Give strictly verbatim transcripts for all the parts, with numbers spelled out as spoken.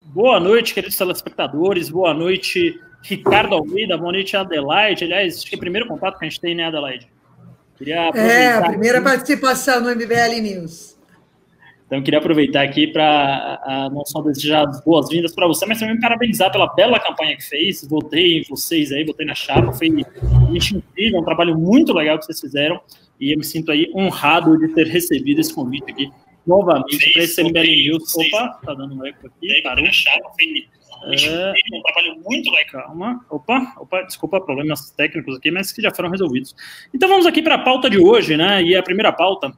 Boa noite, queridos telespectadores. Boa noite, Ricardo Almeida. Boa noite, Adelaide. Aliás, acho que é o primeiro contato que a gente tem, né, Adelaide? Queria é, a primeira aqui. participação no M B L News. Então, eu queria aproveitar aqui para não só desejar as boas-vindas para você, mas também me parabenizar pela bela campanha que fez. Votei em vocês aí, votei na chapa. Foi realmente incrível, um trabalho muito legal que vocês fizeram. E eu me sinto aí honrado de ter recebido esse convite aqui novamente para esse M B L News. Opa, tá dando um eco aqui, parou. É, um trabalho muito legal. Calma, opa, opa, desculpa, problemas técnicos aqui, mas que já foram resolvidos. Então vamos aqui para a pauta de hoje, né? E a primeira pauta,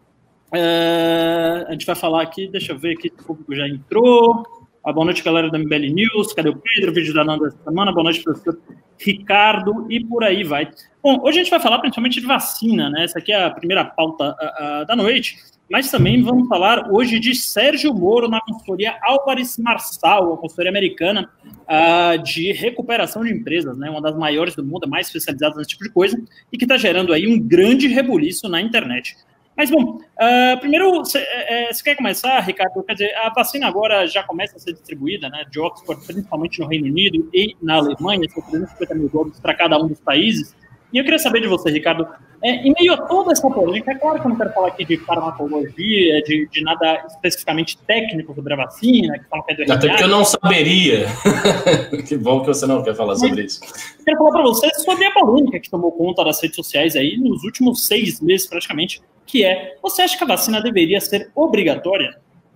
é, a gente vai falar aqui, deixa eu ver aqui se o público já entrou. Ah, boa noite, galera da M B L News. Cadê o Pedro? O vídeo da Nanda essa semana. Boa noite, professor Ricardo. E por aí vai. Bom, hoje a gente vai falar principalmente de vacina, né? Essa aqui é a primeira pauta uh, uh, da noite. Mas também vamos falar hoje de Sérgio Moro na consultoria Álvares Marçal, a consultoria americana uh, de recuperação de empresas, né? Uma das maiores do mundo, mais especializada nesse tipo de coisa, e que está gerando aí um grande rebuliço na internet. Mas, bom, uh, primeiro, você quer começar, Ricardo? Quer dizer, a vacina agora já começa a ser distribuída, né, de Oxford, principalmente no Reino Unido e na Alemanha, são trezentos e cinquenta mil doses para cada um dos países. E eu queria saber de você, Ricardo, é, em meio a toda essa polêmica, é claro que eu não quero falar aqui de farmacologia, de, de nada especificamente técnico sobre a vacina, que falam que é do R N A. Até porque eu não saberia. Que bom que você não quer falar sobre isso. Eu quero falar para você sobre a polêmica que tomou conta das redes sociais aí nos últimos seis meses, praticamente, que é, você acha que a vacina deveria ser obrigatória?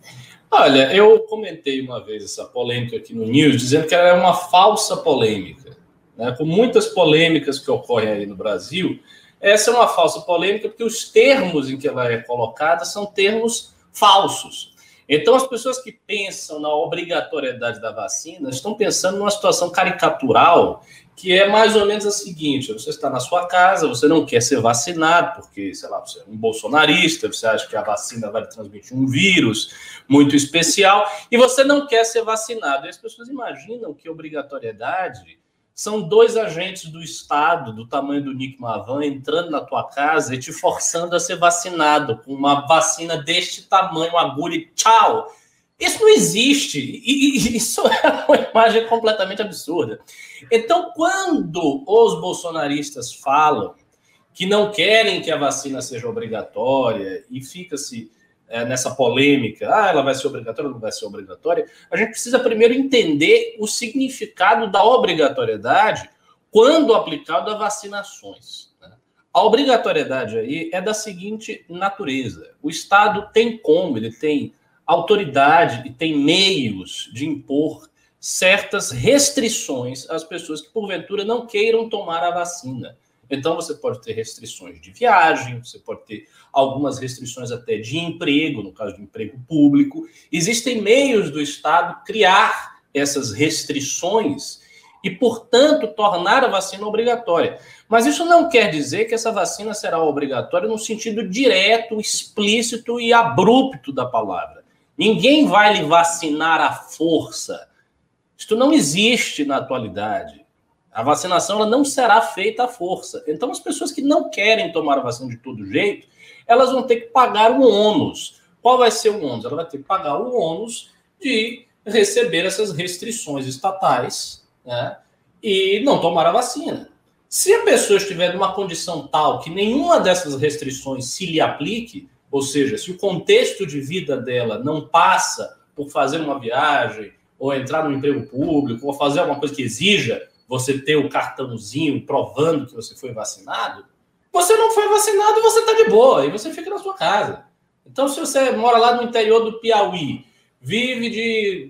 Olha, eu comentei uma vez essa polêmica aqui no News, dizendo que ela é uma falsa polêmica. Né? Com muitas polêmicas que ocorrem aí no Brasil, essa é uma falsa polêmica porque os termos em que ela é colocada são termos falsos. Então, as pessoas que pensam na obrigatoriedade da vacina estão pensando numa situação caricatural que é mais ou menos a seguinte: você está na sua casa, você não quer ser vacinado porque, sei lá, você é um bolsonarista, você acha que a vacina vai transmitir um vírus muito especial e você não quer ser vacinado. E as pessoas imaginam que obrigatoriedade são dois agentes do Estado, do tamanho do Nick Mavan, entrando na tua casa e te forçando a ser vacinado com uma vacina deste tamanho, agulha e tchau. Isso não existe. E isso é uma imagem completamente absurda. Então, quando os bolsonaristas falam que não querem que a vacina seja obrigatória e fica-se é, nessa polêmica, ah, ela vai ser obrigatória ou não vai ser obrigatória, a gente precisa primeiro entender o significado da obrigatoriedade quando aplicado a vacinações. Né? A obrigatoriedade aí é da seguinte natureza: o Estado tem como, ele tem autoridade e tem meios de impor certas restrições às pessoas que, porventura, não queiram tomar a vacina. Então, você pode ter restrições de viagem, você pode ter algumas restrições até de emprego, no caso de emprego público. Existem meios do Estado criar essas restrições e, portanto, tornar a vacina obrigatória. Mas isso não quer dizer que essa vacina será obrigatória no sentido direto, explícito e abrupto da palavra. Ninguém vai lhe vacinar à força. Isto não existe na atualidade. A vacinação ela não será feita à força. Então, as pessoas que não querem tomar a vacina de todo jeito, elas vão ter que pagar um ônus. Qual vai ser o ônus? Ela vai ter que pagar o ônus de receber essas restrições estatais, né, e não tomar a vacina. Se a pessoa estiver numa condição tal que nenhuma dessas restrições se lhe aplique, ou seja, se o contexto de vida dela não passa por fazer uma viagem, ou entrar no emprego público, ou fazer alguma coisa que exija você ter o cartãozinho provando que você foi vacinado, você não foi vacinado e você está de boa, e você fica na sua casa. Então, se você mora lá no interior do Piauí, vive de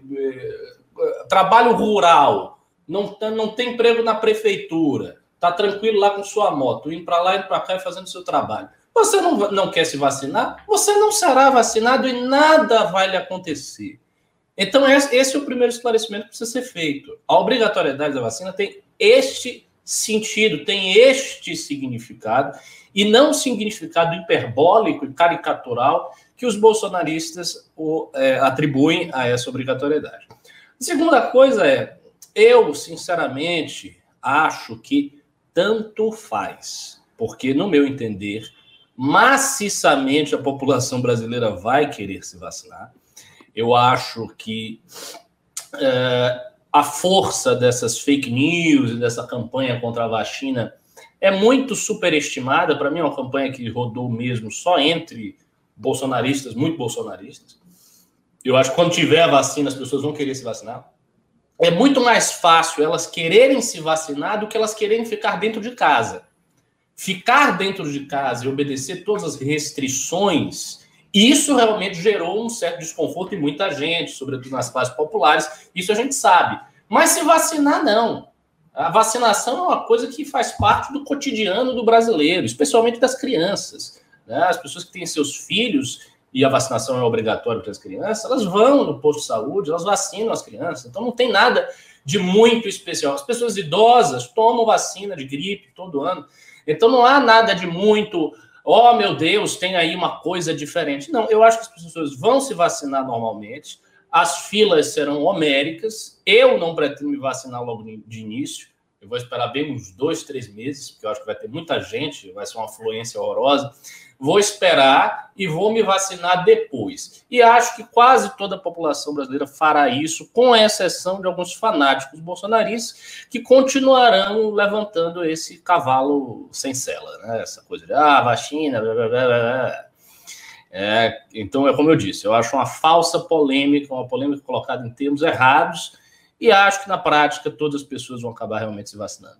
eh, trabalho rural, não, não tem emprego na prefeitura, está tranquilo lá com sua moto, indo para lá, indo para cá e fazendo seu trabalho, você não, não quer se vacinar, você não será vacinado e nada vai lhe acontecer. Então, esse é o primeiro esclarecimento que precisa ser feito. A obrigatoriedade da vacina tem este sentido, tem este significado, e não o significado hiperbólico e caricatural que os bolsonaristas o, é, atribuem a essa obrigatoriedade. A segunda coisa é, eu, sinceramente, acho que tanto faz, porque, no meu entender, maciçamente a população brasileira vai querer se vacinar. Eu acho que é, a força dessas fake news e dessa campanha contra a vacina é muito superestimada. Para mim, é uma campanha que rodou mesmo só entre bolsonaristas, muito bolsonaristas. Eu acho que quando tiver a vacina, as pessoas vão querer se vacinar. É muito mais fácil elas quererem se vacinar do que elas quererem ficar dentro de casa. Ficar dentro de casa e obedecer todas as restrições, isso realmente gerou um certo desconforto em muita gente, sobretudo nas classes populares, isso a gente sabe. Mas se vacinar, não. A vacinação é uma coisa que faz parte do cotidiano do brasileiro, especialmente das crianças, né? As pessoas que têm seus filhos, e a vacinação é obrigatória para as crianças, elas vão no posto de saúde, elas vacinam as crianças, então não tem nada de muito especial. As pessoas idosas tomam vacina de gripe todo ano, então não há nada de muito, oh meu Deus, tem aí uma coisa diferente. Não, eu acho que as pessoas vão se vacinar normalmente, as filas serão homéricas, eu não pretendo me vacinar logo de início, eu vou esperar bem uns dois, três meses, porque eu acho que vai ter muita gente, vai ser uma afluência horrorosa. Vou esperar e vou me vacinar depois. E acho que quase toda a população brasileira fará isso, com exceção de alguns fanáticos bolsonaristas que continuarão levantando esse cavalo sem sela, né? Essa coisa de, ah, vacina, blá, blá, blá, blá. É, então, é como eu disse, eu acho uma falsa polêmica, uma polêmica colocada em termos errados, e acho que, na prática, todas as pessoas vão acabar realmente se vacinando.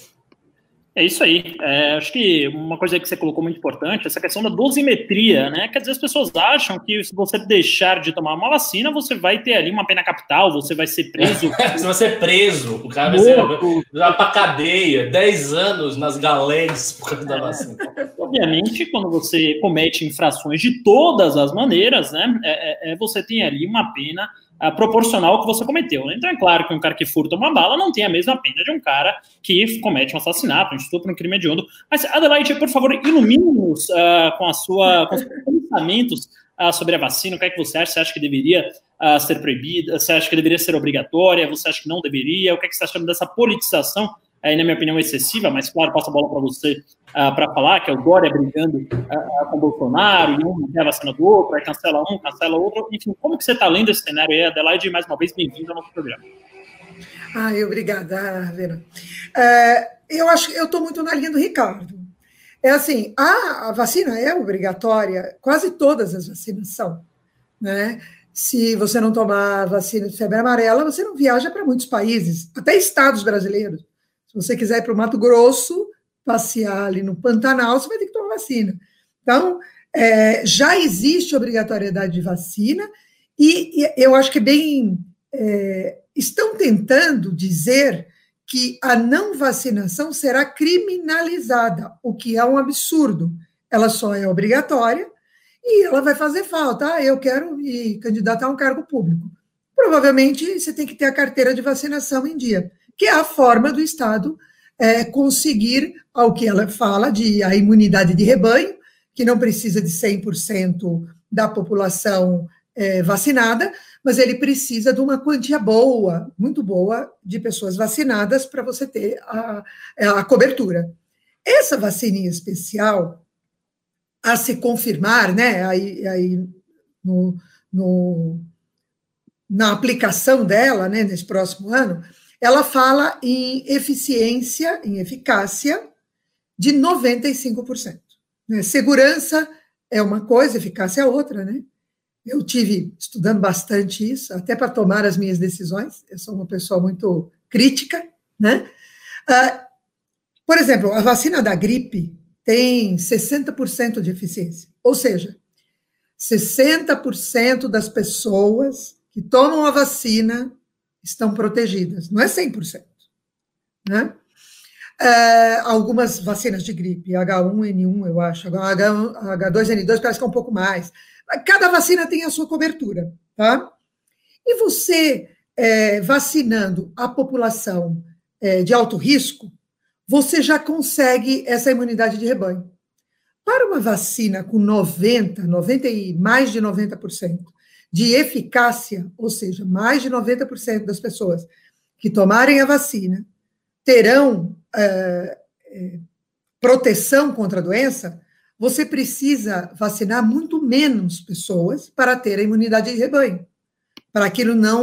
É isso aí. É, acho que uma coisa que você colocou muito importante, essa questão da dosimetria, né? Quer dizer, as pessoas acham que se você deixar de tomar uma vacina, você vai ter ali uma pena capital, você vai ser preso. Você vai ser preso, o cara vai ser vai pra cadeia, dez anos nas galés por causa da vacina. É, obviamente, quando você comete infrações de todas as maneiras, né? É, é, você tem ali uma pena Uh, proporcional ao que você cometeu. Né? Então é claro que um cara que furta uma bala não tem a mesma pena de um cara que comete um assassinato, um estupro, um crime hediondo. Mas, Adelaide, por favor, ilumine-nos uh, com, a sua, com os seus pensamentos uh, sobre a vacina. O que é que você acha? Você acha que deveria uh, ser proibida? Você acha que deveria ser obrigatória? Você acha que não deveria? O que é que você acha dessa politização? Aí, na minha opinião, excessiva, mas claro, passo a bola para você uh, para falar, que é o Dória brigando uh, com o Bolsonaro, e um quer a vacina do outro, aí cancela um, cancela outro, enfim, como que você está lendo esse cenário aí, Adelaide, mais uma vez, bem-vindo ao nosso programa. Ai, obrigada, Vera. É, eu acho que eu estou muito na linha do Ricardo. É assim, a, a vacina é obrigatória, quase todas as vacinas são, né? Se você não tomar vacina de febre amarela, você não viaja para muitos países, até estados brasileiros. Se você quiser ir para o Mato Grosso, passear ali no Pantanal, você vai ter que tomar vacina. Então, é, já existe obrigatoriedade de vacina e, e eu acho que bem... É, estão tentando dizer que a não vacinação será criminalizada, o que é um absurdo. Ela só é obrigatória e ela vai fazer falta. Ah, eu quero me candidatar a um cargo público. Provavelmente você tem que ter a carteira de vacinação em dia, que é a forma do Estado é, conseguir, ao que ela fala, de a imunidade de rebanho, que não precisa de cem por cento da população é, vacinada, mas ele precisa de uma quantia boa, muito boa, de pessoas vacinadas para você ter a, a cobertura. Essa vacininha especial, a se confirmar, né, aí, aí no, no, na aplicação dela, né, nesse próximo ano, ela fala em eficiência, em eficácia de noventa e cinco por cento. Né? Segurança é uma coisa, eficácia é outra, né? Eu tive estudando bastante isso, até para tomar as minhas decisões, eu sou uma pessoa muito crítica, né? Ah, por exemplo, a vacina da gripe tem sessenta por cento de eficiência, ou seja, sessenta por cento das pessoas que tomam a vacina estão protegidas, não é cem por cento, né? É, algumas vacinas de gripe, H um N um, eu acho, H dois N dois parece que é um pouco mais. Cada vacina tem a sua cobertura, tá? E você, é, vacinando a população é, de alto risco, você já consegue essa imunidade de rebanho. Para uma vacina com noventa, noventa e mais de noventa por cento de eficácia, ou seja, mais de noventa por cento das pessoas que tomarem a vacina terão é, é, proteção contra a doença, você precisa vacinar muito menos pessoas para ter a imunidade de rebanho, para aquilo não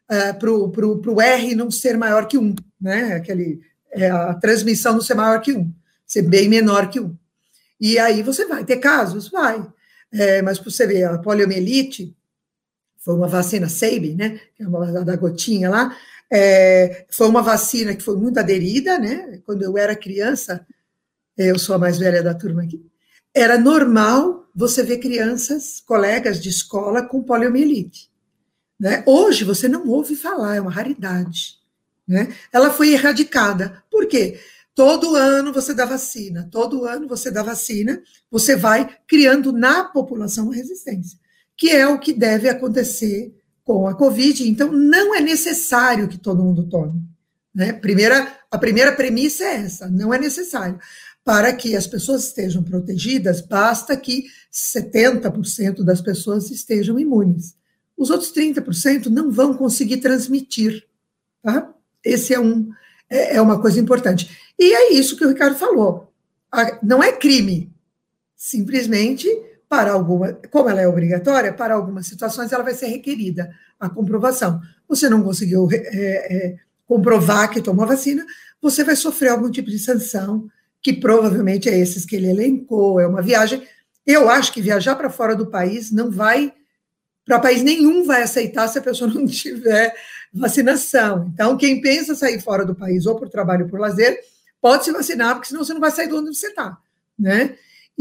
uh, para o R não ser maior que um, né? Aquele, é, a transmissão não ser maior que um, ser bem menor que um. E aí você vai ter casos? Vai. É, mas para você ver, a poliomielite foi uma vacina Sabin, né? Que é uma da gotinha lá. É, foi uma vacina que foi muito aderida, né? Quando eu era criança, eu sou a mais velha da turma aqui, era normal você ver crianças, colegas de escola com poliomielite. Né? Hoje você não ouve falar, é uma raridade. Né? Ela foi erradicada. Por quê? Todo ano você dá vacina, todo ano você dá vacina, você vai criando na população uma resistência, que é o que deve acontecer com a Covid. Então, não é necessário que todo mundo tome. Né? Primeira, a primeira premissa é essa, não é necessário. Para que as pessoas estejam protegidas, basta que setenta por cento das pessoas estejam imunes. Os outros trinta por cento não vão conseguir transmitir. Tá? Esse é, um, é, é uma coisa importante. E é isso que o Ricardo falou. A, não é crime. Simplesmente, para alguma, como ela é obrigatória, para algumas situações ela vai ser requerida a comprovação. Você não conseguiu é, é, comprovar que tomou a vacina, você vai sofrer algum tipo de sanção, que provavelmente é esses que ele elencou, é uma viagem. Eu acho que viajar para fora do país não vai, para país nenhum vai aceitar se a pessoa não tiver vacinação. Então, quem pensa sair fora do país, ou por trabalho ou por lazer, pode se vacinar, porque senão você não vai sair de onde você está, né?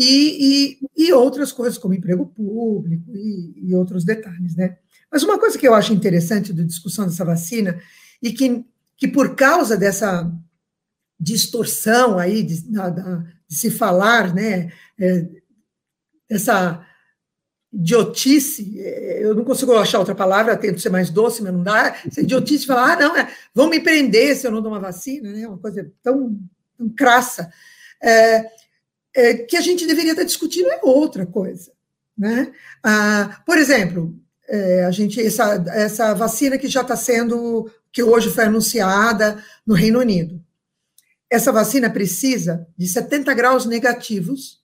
E, e, e outras coisas, como emprego público e, e outros detalhes, né? Mas uma coisa que eu acho interessante da discussão dessa vacina, e que, que por causa dessa distorção aí de, de, de se falar, né, é, essa idiotice, eu não consigo achar outra palavra, tento ser mais doce, mas não dá, essa idiotice de falar, ah, não, é, vão me prender se eu não dou uma vacina, né, uma coisa tão, tão crassa, é, é, que a gente deveria estar discutindo é outra coisa, né, ah, por exemplo, é, a gente, essa, essa vacina que já está sendo, que hoje foi anunciada no Reino Unido, essa vacina precisa de setenta graus negativos,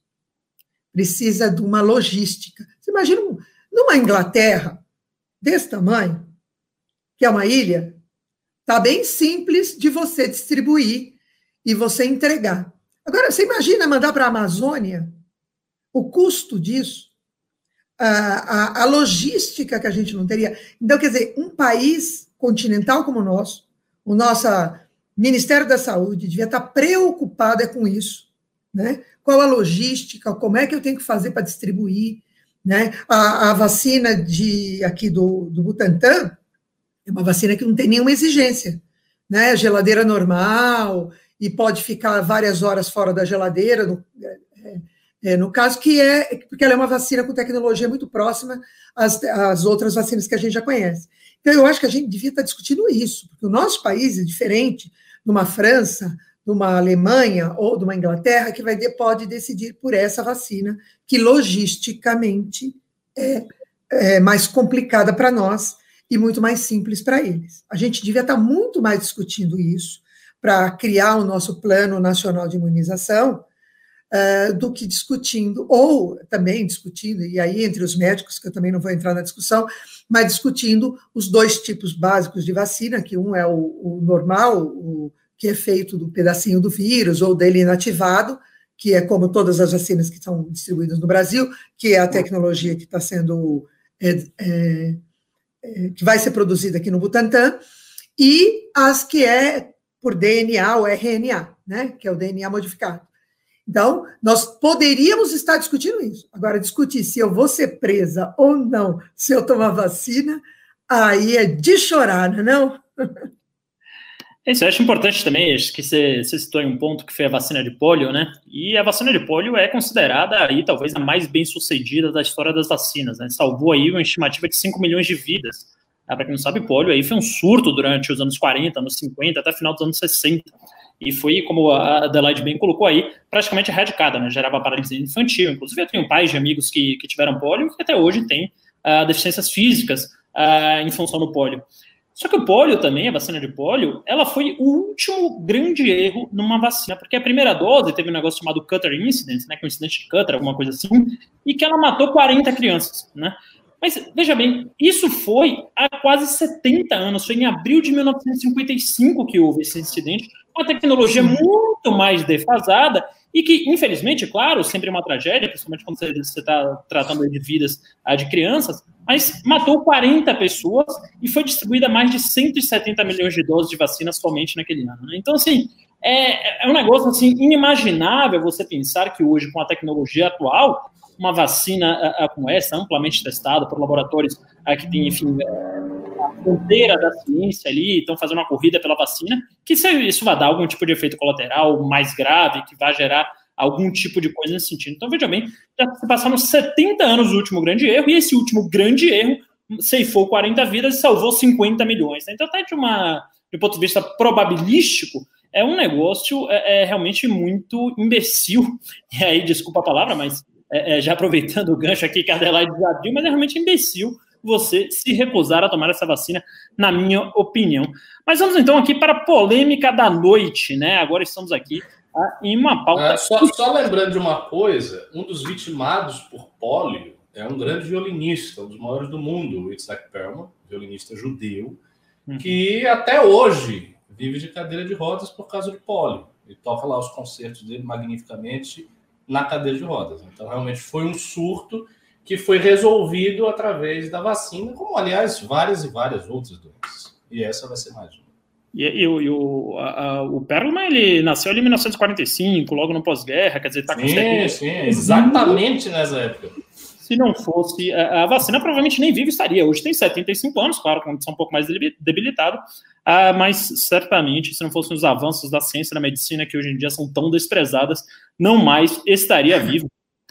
precisa de uma logística. Você imagina, numa Inglaterra desse tamanho, que é uma ilha, está bem simples de você distribuir e você entregar. Agora, você imagina mandar para a Amazônia o custo disso, a, a, a logística que a gente não teria. Então, quer dizer, um país continental como o nosso, o nosso Ministério da Saúde devia estar preocupado com isso, né? Qual a logística, como é que eu tenho que fazer para distribuir, né? A, a vacina de, aqui do, do Butantan é uma vacina que não tem nenhuma exigência, né? Geladeira normal, e pode ficar várias horas fora da geladeira, no, é, é, no caso que é, porque ela é uma vacina com tecnologia muito próxima às, às outras vacinas que a gente já conhece. Então, eu acho que a gente devia estar discutindo isso, porque o nosso país é diferente de uma França, de uma Alemanha ou de uma Inglaterra, que vai, pode decidir por essa vacina, que logisticamente é, é mais complicada para nós e muito mais simples para eles. A gente devia estar muito mais discutindo isso para criar o nosso Plano Nacional de Imunização, uh, do que discutindo, ou também discutindo, e aí entre os médicos, que eu também não vou entrar na discussão, mas discutindo os dois tipos básicos de vacina, que um é o, o normal, o que é feito do pedacinho do vírus, ou dele inativado, que é como todas as vacinas que são distribuídas no Brasil, que é a tecnologia que está sendo, é, é, é, que vai ser produzida aqui no Butantan, e as que é por D N A ou R N A, né, que é o D N A modificado. Então, nós poderíamos estar discutindo isso. Agora, discutir se eu vou ser presa ou não se eu tomar vacina, aí é de chorar, não é não? Isso, eu acho importante também, acho que você, você citou em um ponto que foi a vacina de polio, né? E a vacina de polio é considerada aí talvez a mais bem-sucedida da história das vacinas, né? Salvou aí uma estimativa de cinco milhões de vidas. Ah, para quem não sabe, polio aí foi um surto durante os anos quarenta, anos cinquenta, até final dos anos sessenta. E foi, como a Adelaide bem colocou aí, praticamente erradicada, né? Gerava paralisia infantil. Inclusive, eu tenho pais de amigos que, que tiveram polio e que até hoje têm uh, deficiências físicas uh, em função do polio. Só que o polio também, a vacina de polio, ela foi o último grande erro numa vacina, porque a primeira dose teve um negócio chamado Cutter Incident, né, que é um incidente de Cutter, alguma coisa assim, e que ela matou quarenta crianças, né? Mas, veja bem, isso foi há quase setenta anos, foi em abril de mil novecentos e cinquenta e cinco que houve esse incidente, uma tecnologia muito mais defasada e que, infelizmente, claro, sempre é uma tragédia, principalmente quando você está tratando de vidas de crianças, mas matou quarenta pessoas e foi distribuída mais de cento e setenta milhões de doses de vacina somente naquele ano. Né? Então, assim, é, é um negócio assim, inimaginável você pensar que hoje, com a tecnologia atual, uma vacina uh, como essa, amplamente testada por laboratórios uh, que têm, enfim, uh, a fronteira da ciência ali, estão fazendo uma corrida pela vacina, que isso, isso vai dar algum tipo de efeito colateral mais grave, que vai gerar algum tipo de coisa nesse sentido. Então, veja bem, já se passaram setenta anos do último grande erro, e esse último grande erro ceifou quarenta vidas e salvou cinquenta milhões. Né? Então, até de, uma, de um ponto de vista probabilístico, é um negócio é, é realmente muito imbecil. E aí, desculpa a palavra, mas É, é, já aproveitando o gancho aqui que a Adelaide já viu, mas é realmente imbecil você se recusar a tomar essa vacina, na minha opinião. Mas vamos então aqui para a polêmica da noite, né? Agora estamos aqui ah, em uma pauta... É, só, só lembrando de uma coisa, um dos vitimados por pólio é um grande violinista, um dos maiores do mundo, o Itzhak Perlman, violinista judeu, uhum. que até hoje vive de cadeira de rodas por causa de pólio. Ele toca lá os concertos dele magnificamente na cadeira de rodas. Então, realmente foi um surto que foi resolvido através da vacina, como, aliás, várias e várias outras doenças. E essa vai ser mais uma. E, e, e o, a, a, o Perlman, ele nasceu ali em mil novecentos e quarenta e cinco, logo no pós-guerra, quer dizer, está com... Sim, sim, exatamente nessa época. Se não fosse a, a vacina, provavelmente nem vivo estaria. Hoje tem setenta e cinco anos, claro, condição um pouco mais debilitado, uh, mas certamente, se não fossem os avanços da ciência e da medicina, que hoje em dia são tão desprezadas, não mais estaria vivo.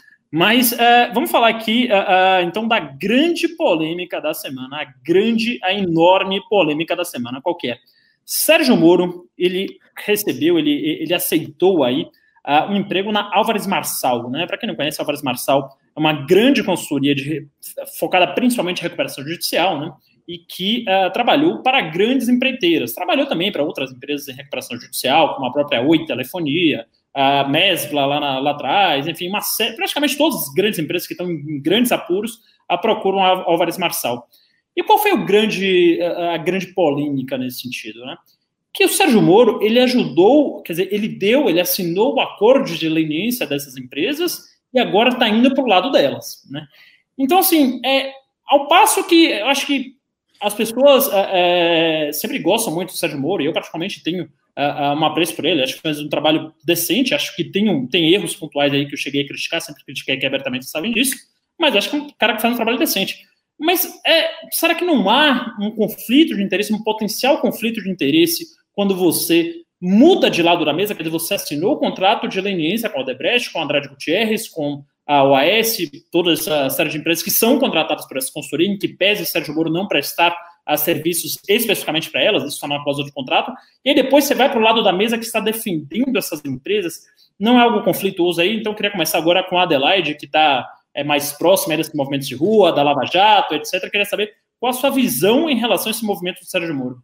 Mas uh, vamos falar aqui, uh, uh, então, da grande polêmica da semana, a grande, a enorme polêmica da semana, qual que é? Sérgio Moro, ele recebeu, ele, ele aceitou aí uh, um emprego na Álvares Marçal, né? Para quem não conhece, a Álvares Marçal é uma grande consultoria de, focada principalmente em recuperação judicial, né? E que uh, trabalhou para grandes empreiteiras. Trabalhou também para outras empresas em recuperação judicial, como a própria Oi Telefonia, a Mesbla lá, na, lá atrás, enfim, uma série, praticamente todas as grandes empresas que estão em grandes apuros a procuram a Álvares Marçal. E qual foi o grande, a, a grande polêmica nesse sentido, né? Que o Sérgio Moro, ele ajudou, quer dizer, ele deu, ele assinou o acordo de leniência dessas empresas e agora está indo para o lado delas, né? Então, assim, é, ao passo que eu acho que as pessoas é, sempre gostam muito do Sérgio Moro, e eu particularmente tenho é, um apreço por ele, acho que fez um trabalho decente, acho que tem, um, tem erros pontuais aí que eu cheguei a criticar, sempre critiquei aqui abertamente, sabem disso, mas acho que é um cara que faz um trabalho decente. Mas é, será que não há um conflito de interesse, um potencial conflito de interesse quando você muda de lado da mesa, quer dizer, você assinou o contrato de leniência com a Odebrecht, com a Andrade Gutierrez, com a O A S, toda essa série de empresas que são contratadas por essa consultoria, em que pese o Sérgio Moro não prestar a serviços especificamente para elas, isso está na cláusula de contrato, e aí depois você vai para o lado da mesa que está defendendo essas empresas, não é algo conflituoso aí, então eu queria começar agora com a Adelaide, que está é, mais próxima desses movimentos de rua, da Lava Jato, etcétera. Eu queria saber qual a sua visão em relação a esse movimento do Sérgio Moro.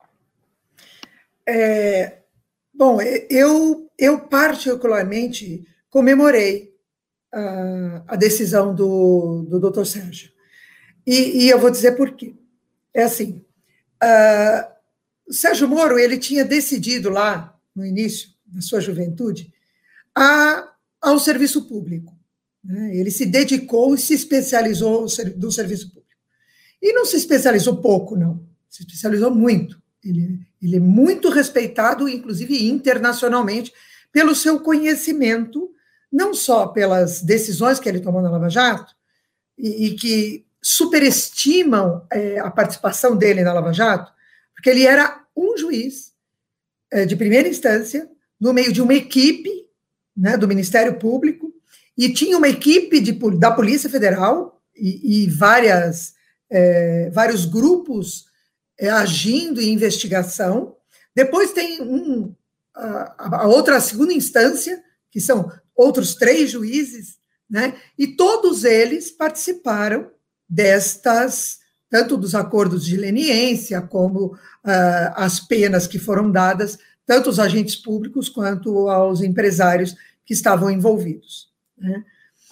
É, bom, eu, eu particularmente comemorei a, a decisão do, do doutor Sérgio. E, e eu vou dizer por quê. É assim, uh, o Sérgio Moro, ele tinha decidido lá, no início da sua juventude, a, ao serviço público. Né? Ele se dedicou e se especializou no serviço público. E não se especializou pouco, não. Se especializou muito. Ele, ele é muito respeitado, inclusive internacionalmente, pelo seu conhecimento, não só pelas decisões que ele tomou na Lava Jato, e, e que superestimam é, a participação dele na Lava Jato, porque ele era um juiz é, de primeira instância, no meio de uma equipe, né, do Ministério Público, e tinha uma equipe de, da Polícia Federal e, e várias, é, vários grupos é, agindo em investigação. Depois tem um, a, a outra, a segunda instância, que são outros três juízes, né, e todos eles participaram destas, tanto dos acordos de leniência, como uh, as penas que foram dadas, tanto aos agentes públicos quanto aos empresários que estavam envolvidos. Né?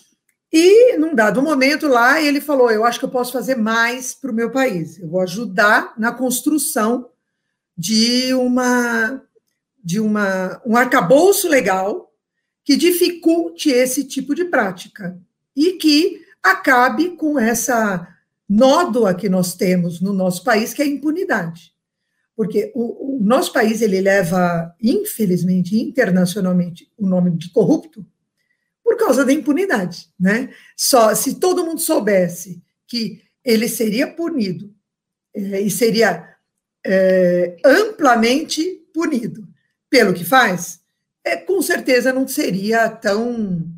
E, num dado momento lá, ele falou, eu acho que eu posso fazer mais para o meu país, eu vou ajudar na construção de, uma, de uma, um arcabouço legal que dificulte esse tipo de prática e que acabe com essa nódoa que nós temos no nosso país, que é a impunidade. Porque o, o nosso país, ele leva, infelizmente, internacionalmente, o nome de corrupto por causa da impunidade, né? Só se todo mundo soubesse que ele seria punido é, e seria é, amplamente punido pelo que faz, é, com certeza não seria tão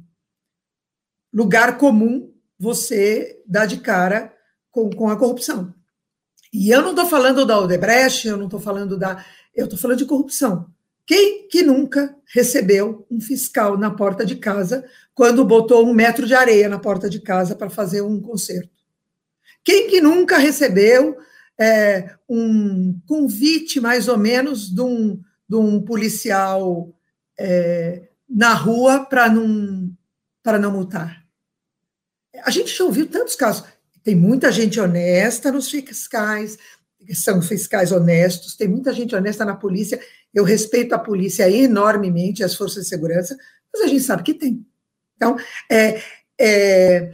lugar comum você dar de cara com, com a corrupção. E eu não estou falando da Odebrecht, eu não estou falando da... Eu estou falando de corrupção. Quem que nunca recebeu um fiscal na porta de casa quando botou um metro de areia na porta de casa para fazer um concerto? Quem que nunca recebeu é, um convite, mais ou menos, de um, de um policial é, na rua para não, para não multar? A gente já ouviu tantos casos. Tem muita gente honesta nos fiscais, são fiscais honestos, tem muita gente honesta na polícia. Eu respeito a polícia enormemente, as forças de segurança, mas a gente sabe que tem. Então, é, é,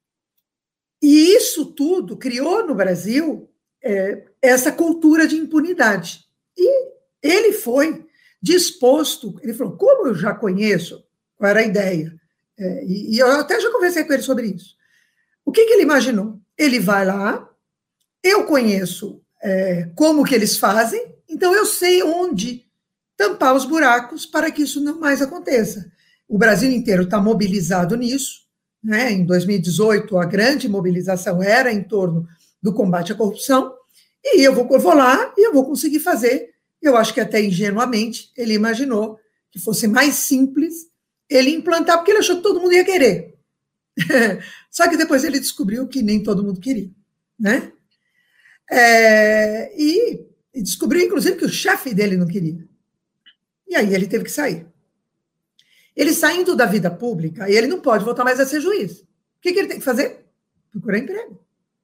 e isso tudo criou no Brasil é, essa cultura de impunidade. E ele foi disposto, ele falou, como eu já conheço, qual era a ideia? É, e, e eu até já conversei com ele sobre isso. O que, que ele imaginou? Ele vai lá, eu conheço é, como que eles fazem, então eu sei onde tampar os buracos para que isso não mais aconteça. O Brasil inteiro está mobilizado nisso, né? Em dois mil e dezoito, a grande mobilização era em torno do combate à corrupção, e eu vou, eu vou lá e eu vou conseguir fazer. Eu acho que até ingenuamente ele imaginou que fosse mais simples ele implantar, porque ele achou que todo mundo ia querer. Só que depois ele descobriu que nem todo mundo queria, né? É, e, e descobriu, inclusive, que o chefe dele não queria. E aí ele teve que sair. Ele saindo da vida pública, ele não pode voltar mais a ser juiz. O que, que ele tem que fazer? Procurar emprego.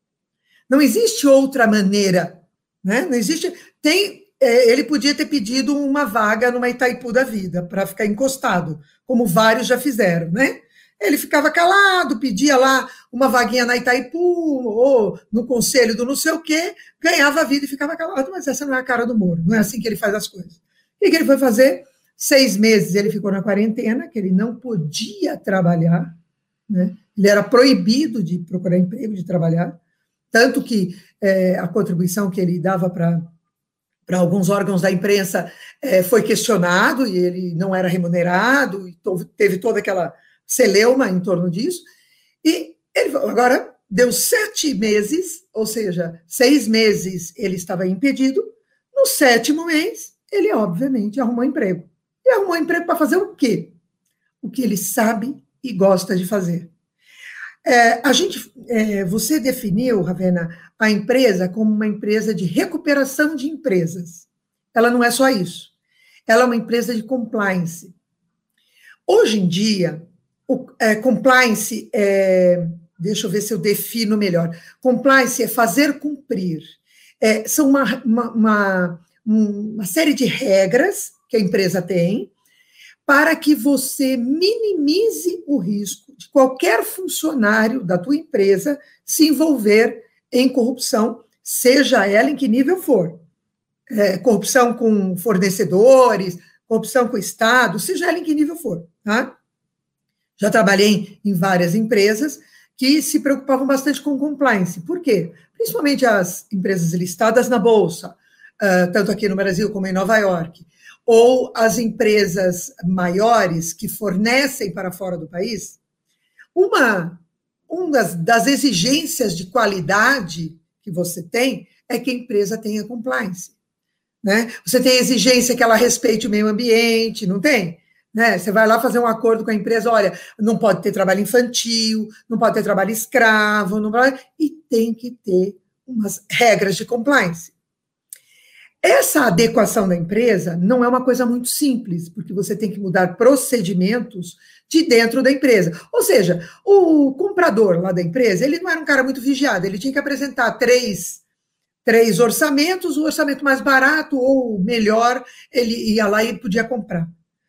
Não existe outra maneira, né? Não existe. Tem, é, ele podia ter pedido uma vaga numa Itaipu da vida para ficar encostado, como vários já fizeram, né? Ele ficava calado, pedia lá uma vaguinha na Itaipu, ou no conselho do não sei o quê, ganhava a vida e ficava calado, mas essa não é a cara do Moro, não é assim que ele faz as coisas. O que ele foi fazer? Seis meses ele ficou na quarentena, que ele não podia trabalhar, né? Ele era proibido de procurar emprego, de trabalhar, tanto que é, a contribuição que ele dava para para alguns órgãos da imprensa é, foi questionado, e ele não era remunerado, e teve toda aquela celeuma em torno disso, e ele agora deu sete meses, ou seja, seis meses ele estava impedido, no sétimo mês ele obviamente arrumou emprego. E arrumou emprego para fazer o quê? O que ele sabe e gosta de fazer. É, a gente, é, você definiu, Ravena, a empresa como uma empresa de recuperação de empresas. Ela não é só isso. Ela é uma empresa de compliance. Hoje em dia, o é, compliance é, deixa eu ver se eu defino melhor. Compliance é fazer cumprir. É, são uma, uma, uma, uma série de regras que a empresa tem para que você minimize o risco de qualquer funcionário da tua empresa se envolver em corrupção, seja ela em que nível for. É, corrupção com fornecedores, corrupção com o Estado, seja ela em que nível for, tá? Já trabalhei em várias empresas que se preocupavam bastante com compliance. Por quê? Principalmente as empresas listadas na Bolsa, uh, tanto aqui no Brasil como em Nova York, ou as empresas maiores que fornecem para fora do país. Uma, uma das, das exigências de qualidade que você tem é que a empresa tenha compliance, né? Você tem a exigência que ela respeite o meio ambiente, não tem? Né? Você vai lá fazer um acordo com a empresa, olha, não pode ter trabalho infantil, não pode ter trabalho escravo, não pode, e tem que ter umas regras de compliance. essa adequação da empresa não é uma coisa muito simples, porque você tem que mudar procedimentos de dentro da empresa. Ou seja, o comprador lá da empresa, ele não era um cara muito vigiado, ele tinha que apresentar três, três orçamentos, o orçamento mais barato ou melhor, ele ia lá e podia comprar.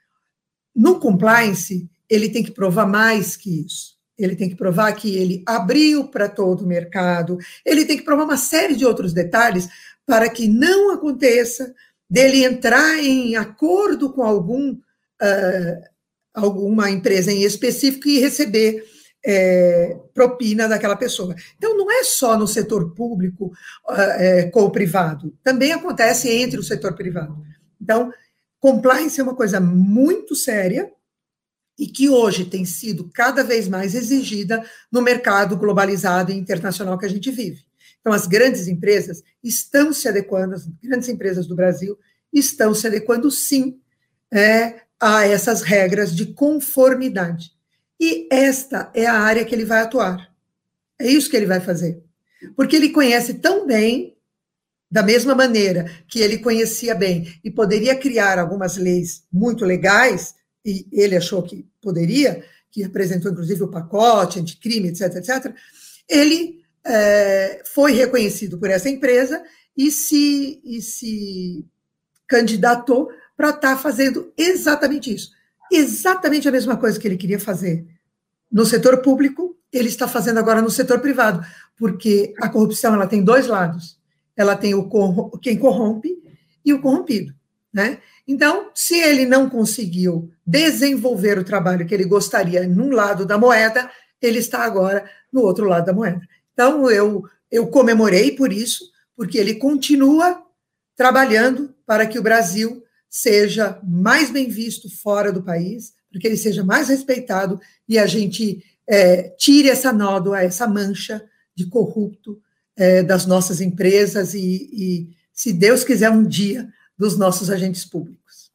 No compliance, ele tem que provar mais que isso. Ele tem que provar que ele abriu para todo o mercado, ele tem que provar uma série de outros detalhes para que não aconteça dele entrar em acordo com algum, uh, alguma empresa em específico e receber é, propina daquela pessoa. Então, não é só no setor público uh, é, com o privado, também acontece entre o setor privado. Então, compliance é uma coisa muito séria e que hoje tem sido cada vez mais exigida no mercado globalizado e internacional que a gente vive. Então, as grandes empresas estão se adequando, as grandes empresas do Brasil estão se adequando, sim, é, a essas regras de conformidade. E esta é a área que ele vai atuar. É isso que ele vai fazer. Porque ele conhece tão bem, da mesma maneira que ele conhecia bem e poderia criar algumas leis muito legais, e ele achou que poderia, que apresentou, inclusive, o pacote anticrime, etc, etcétera, ele... É, foi reconhecido por essa empresa e se, e se candidatou para estar fazendo exatamente isso. Exatamente a mesma coisa que ele queria fazer no setor público, ele está fazendo agora no setor privado, porque a corrupção ela tem dois lados. Ela tem o corrom- quem corrompe e o corrompido, né? Então, se ele não conseguiu desenvolver o trabalho que ele gostaria num lado da moeda, ele está agora no outro lado da moeda. Então, eu, eu comemorei por isso, porque ele continua trabalhando para que o Brasil seja mais bem visto fora do país, para que ele seja mais respeitado e a gente é, tire essa nódoa, essa mancha de corrupto é, das nossas empresas e, e, se Deus quiser, um dia, dos nossos agentes públicos.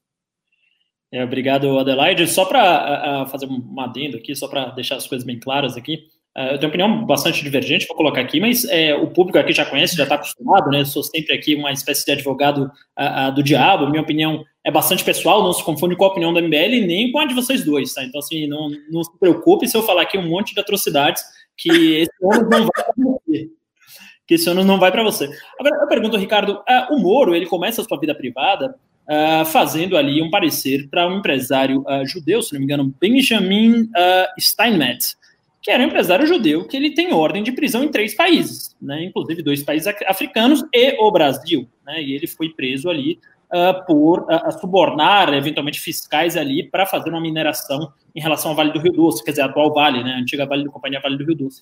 É, obrigado, Adelaide. Só para fazer um adendo aqui, só para deixar as coisas bem claras aqui, Uh, eu tenho uma opinião bastante divergente, vou colocar aqui, mas é, o público aqui já conhece, já está acostumado, né? Eu sou sempre aqui uma espécie de advogado uh, uh, do diabo. Minha opinião é bastante pessoal, não se confunde com a opinião da M B L nem com a de vocês dois, tá? Então, assim, não, não se preocupe se eu falar aqui um monte de atrocidades que esse ônus não vai para você. Que esse ônus não vai para você. Agora, eu pergunto, Ricardo, uh, o Moro, ele começa a sua vida privada uh, fazendo ali um parecer para um empresário uh, judeu, se não me engano, Benjamin uh, Steinmetz, que era um empresário judeu, que ele tem ordem de prisão em três países, né, inclusive dois países africanos e o Brasil, né, e ele foi preso ali uh, por uh, subornar, eventualmente, fiscais ali para fazer uma mineração em relação ao Vale do Rio Doce, quer dizer, a atual Vale, né, a antiga Vale do Companhia Vale do Rio Doce.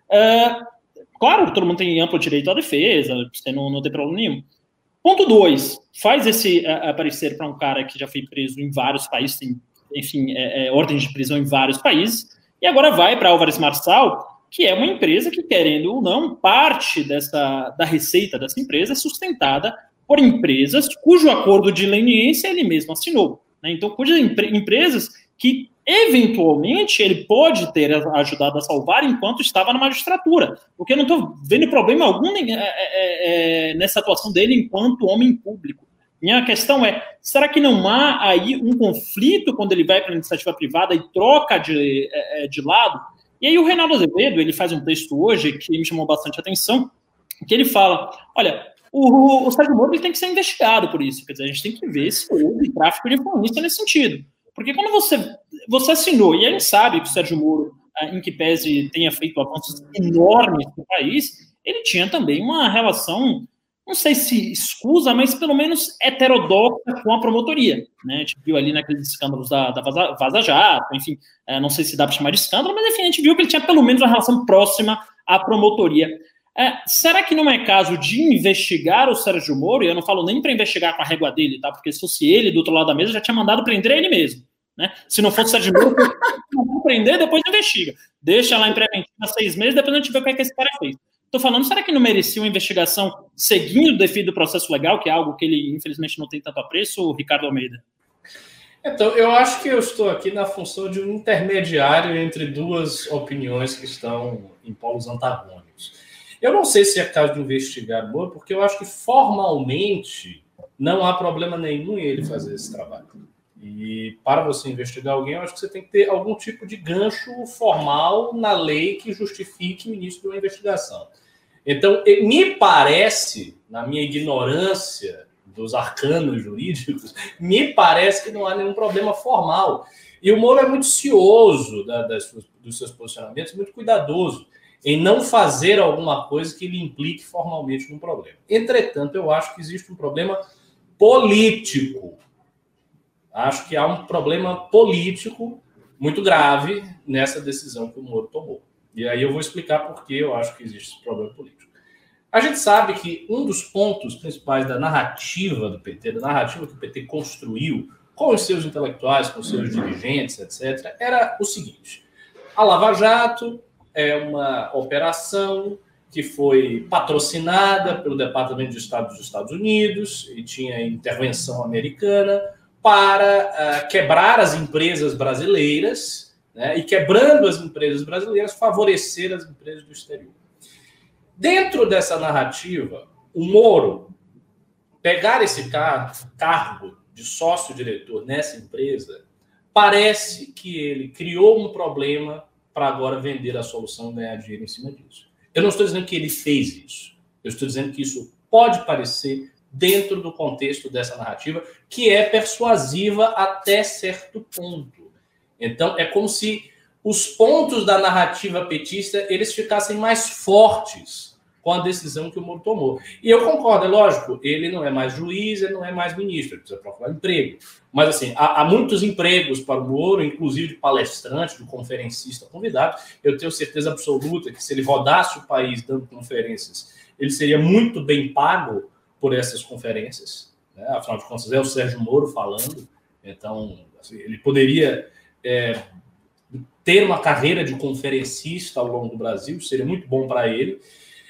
Uh, claro, todo mundo tem amplo direito à defesa, você não, não tem problema nenhum. Ponto dois, faz esse uh, aparecer para um cara que já foi preso em vários países, tem, enfim, é, é, ordem de prisão em vários países. E agora vai para a Álvares Marçal, que é uma empresa que, querendo ou não, parte dessa, da receita dessa empresa é sustentada por empresas cujo acordo de leniência ele mesmo assinou, né? Então, cujas empre- empresas que, eventualmente, ele pode ter ajudado a salvar enquanto estava na magistratura. Porque eu não estou vendo problema algum é, é, é, nessa atuação dele enquanto homem público. Minha questão é, será que não há aí um conflito quando ele vai para a iniciativa privada e troca de, de lado? E aí o Reinaldo Azevedo, ele faz um texto hoje que me chamou bastante atenção, que ele fala, olha, o, o Sérgio Moro ele tem que ser investigado por isso, quer dizer, a gente tem que ver se houve tráfico de influência nesse sentido. Porque quando você, você assinou, e a gente sabe que o Sérgio Moro, em que pese tenha feito avanços enormes no país, ele tinha também uma relação, não sei se escusa, mas pelo menos heterodoxa com a promotoria, né? A gente viu ali naqueles escândalos da, da Vaza, Vaza Jato, enfim, é, não sei se dá para chamar de escândalo, mas enfim, a gente viu que ele tinha pelo menos uma relação próxima à promotoria. É, será que não é caso de investigar o Sérgio Moro? E eu não falo nem para investigar com a régua dele, tá? Porque se fosse ele do outro lado da mesa, já tinha mandado prender ele mesmo, né? Se não fosse o Sérgio Moro, não prender, depois investiga. Deixa lá em preventiva seis meses, depois a gente vê o que, é que esse cara fez. Estou falando, será que não merecia uma investigação seguindo o devido processo legal, que é algo que ele, infelizmente, não tem tanto apreço, Ricardo Almeida? Então, eu acho que eu estou aqui na função de um intermediário entre duas opiniões que estão em polos antagônicos. Eu não sei se é caso de investigar Moro, porque eu acho que formalmente não há problema nenhum em ele fazer esse trabalho. E para você investigar alguém, eu acho que você tem que ter algum tipo de gancho formal na lei que justifique o início de uma investigação. Então, me parece, na minha ignorância dos arcanos jurídicos, me parece que não há nenhum problema formal. E o Moro é muito cioso da, das, dos seus posicionamentos, muito cuidadoso em não fazer alguma coisa que lhe implique formalmente num problema. Entretanto, eu acho que existe um problema político. Acho que há um problema político muito grave nessa decisão que o Moro tomou. E aí eu vou explicar por que eu acho que existe esse problema político. A gente sabe que um dos pontos principais da narrativa do P T, da narrativa que o P T construiu com os seus intelectuais, com os seus dirigentes, etcétera, era o seguinte: a Lava Jato é uma operação que foi patrocinada pelo Departamento de Estado dos Estados Unidos e tinha intervenção americana para uh, quebrar as empresas brasileiras, né, e quebrando as empresas brasileiras, favorecer as empresas do exterior. Dentro dessa narrativa, o Moro pegar esse car cargo de sócio-diretor nessa empresa, parece que ele criou um problema para agora vender a solução e ganhar dinheiro em cima disso. Eu não estou dizendo que ele fez isso. Eu estou dizendo que isso pode parecer dentro do contexto dessa narrativa, que é persuasiva até certo ponto. Então, é como se os pontos da narrativa petista eles ficassem mais fortes com a decisão que o Moro tomou. E eu concordo, é lógico, ele não é mais juiz, ele não é mais ministro, ele precisa procurar emprego. Mas, assim, há, há muitos empregos para o Moro, inclusive de palestrante, de conferencista convidado. Eu tenho certeza absoluta que se ele rodasse o país dando conferências, ele seria muito bem pago por essas conferências, né? Afinal de contas, é o Sérgio Moro falando, então assim, ele poderia é, ter uma carreira de conferencista ao longo do Brasil, seria muito bom para ele,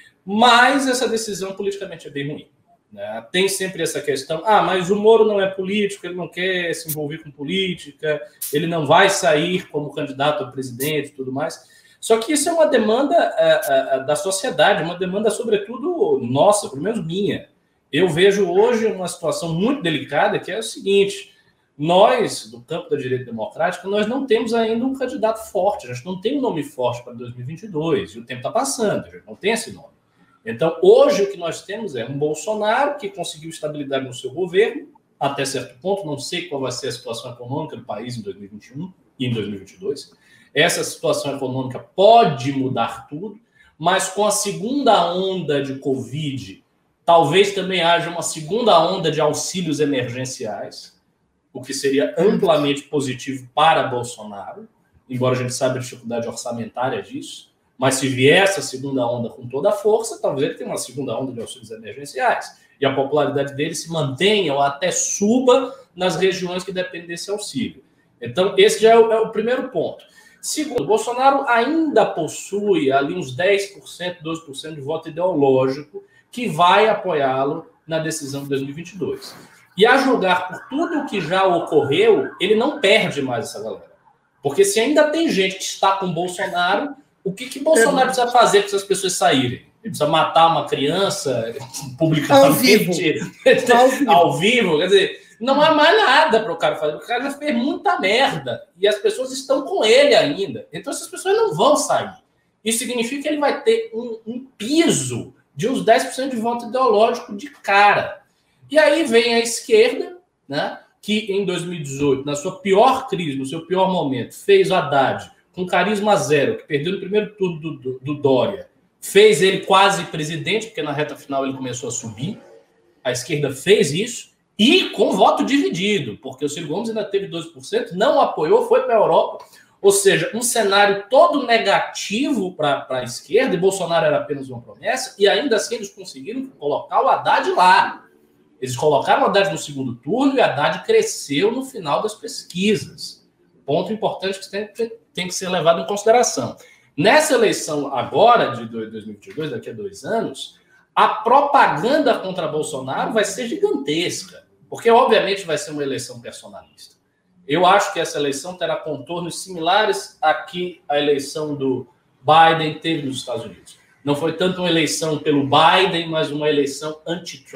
mas essa decisão politicamente é bem ruim, né? Tem sempre essa questão, ah, mas o Moro não é político, ele não quer se envolver com política, ele não vai sair como candidato a presidente e tudo mais. Só que isso é uma demanda uh, uh, da sociedade, uma demanda, sobretudo, nossa, pelo menos minha. Eu vejo hoje uma situação muito delicada, que é o seguinte: nós, do campo da direita democrática, nós não temos ainda um candidato forte, a gente não tem um nome forte para dois mil e vinte e dois, e o tempo está passando, a gente não tem esse nome. Então, hoje, o que nós temos é um Bolsonaro que conseguiu estabilidade no seu governo, até certo ponto, não sei qual vai ser a situação econômica do país em dois mil e vinte e um e em dois mil e vinte e dois. Essa situação econômica pode mudar tudo, mas com a segunda onda de Covid, talvez também haja uma segunda onda de auxílios emergenciais, o que seria amplamente positivo para Bolsonaro, embora a gente saiba a dificuldade orçamentária disso. Mas se vier essa segunda onda com toda a força, talvez ele tenha uma segunda onda de auxílios emergenciais. E a popularidade dele se mantenha ou até suba nas regiões que dependem desse auxílio. Então, esse já é o, é o primeiro ponto. Segundo, Bolsonaro ainda possui ali uns dez por cento, doze por cento de voto ideológico que vai apoiá-lo na decisão de dois mil e vinte e dois. E a julgar por tudo o que já ocorreu, ele não perde mais essa galera. Porque se ainda tem gente que está com Bolsonaro, o que, que Bolsonaro precisa fazer para essas pessoas saírem? Ele precisa matar uma criança publicamente, ao vivo. ao vivo. Ao vivo, quer dizer, não há mais nada para o cara fazer. O cara já fez muita merda e as pessoas estão com ele ainda. Então essas pessoas não vão sair. Isso significa que ele vai ter um, um piso de uns dez por cento de voto ideológico de cara. E aí vem a esquerda, né, que em dois mil e dezoito, na sua pior crise, no seu pior momento, fez o Haddad com carisma zero, que perdeu no primeiro turno do, do, do Dória, fez ele quase presidente, porque na reta final ele começou a subir. A esquerda fez isso, e com voto dividido, porque o Ciro Gomes ainda teve doze por cento, não apoiou, foi para a Europa. Ou seja, um cenário todo negativo para a esquerda, e Bolsonaro era apenas uma promessa, e ainda assim eles conseguiram colocar o Haddad lá. Eles colocaram o Haddad no segundo turno e o Haddad cresceu no final das pesquisas. Ponto importante que tem, tem que ser levado em consideração. Nessa eleição agora, de dois mil e vinte e dois, daqui a dois anos, a propaganda contra Bolsonaro vai ser gigantesca, porque obviamente vai ser uma eleição personalista. Eu acho que essa eleição terá contornos similares a que a eleição do Biden teve nos Estados Unidos. Não foi tanto uma eleição pelo Biden, mas uma eleição anti-Trump.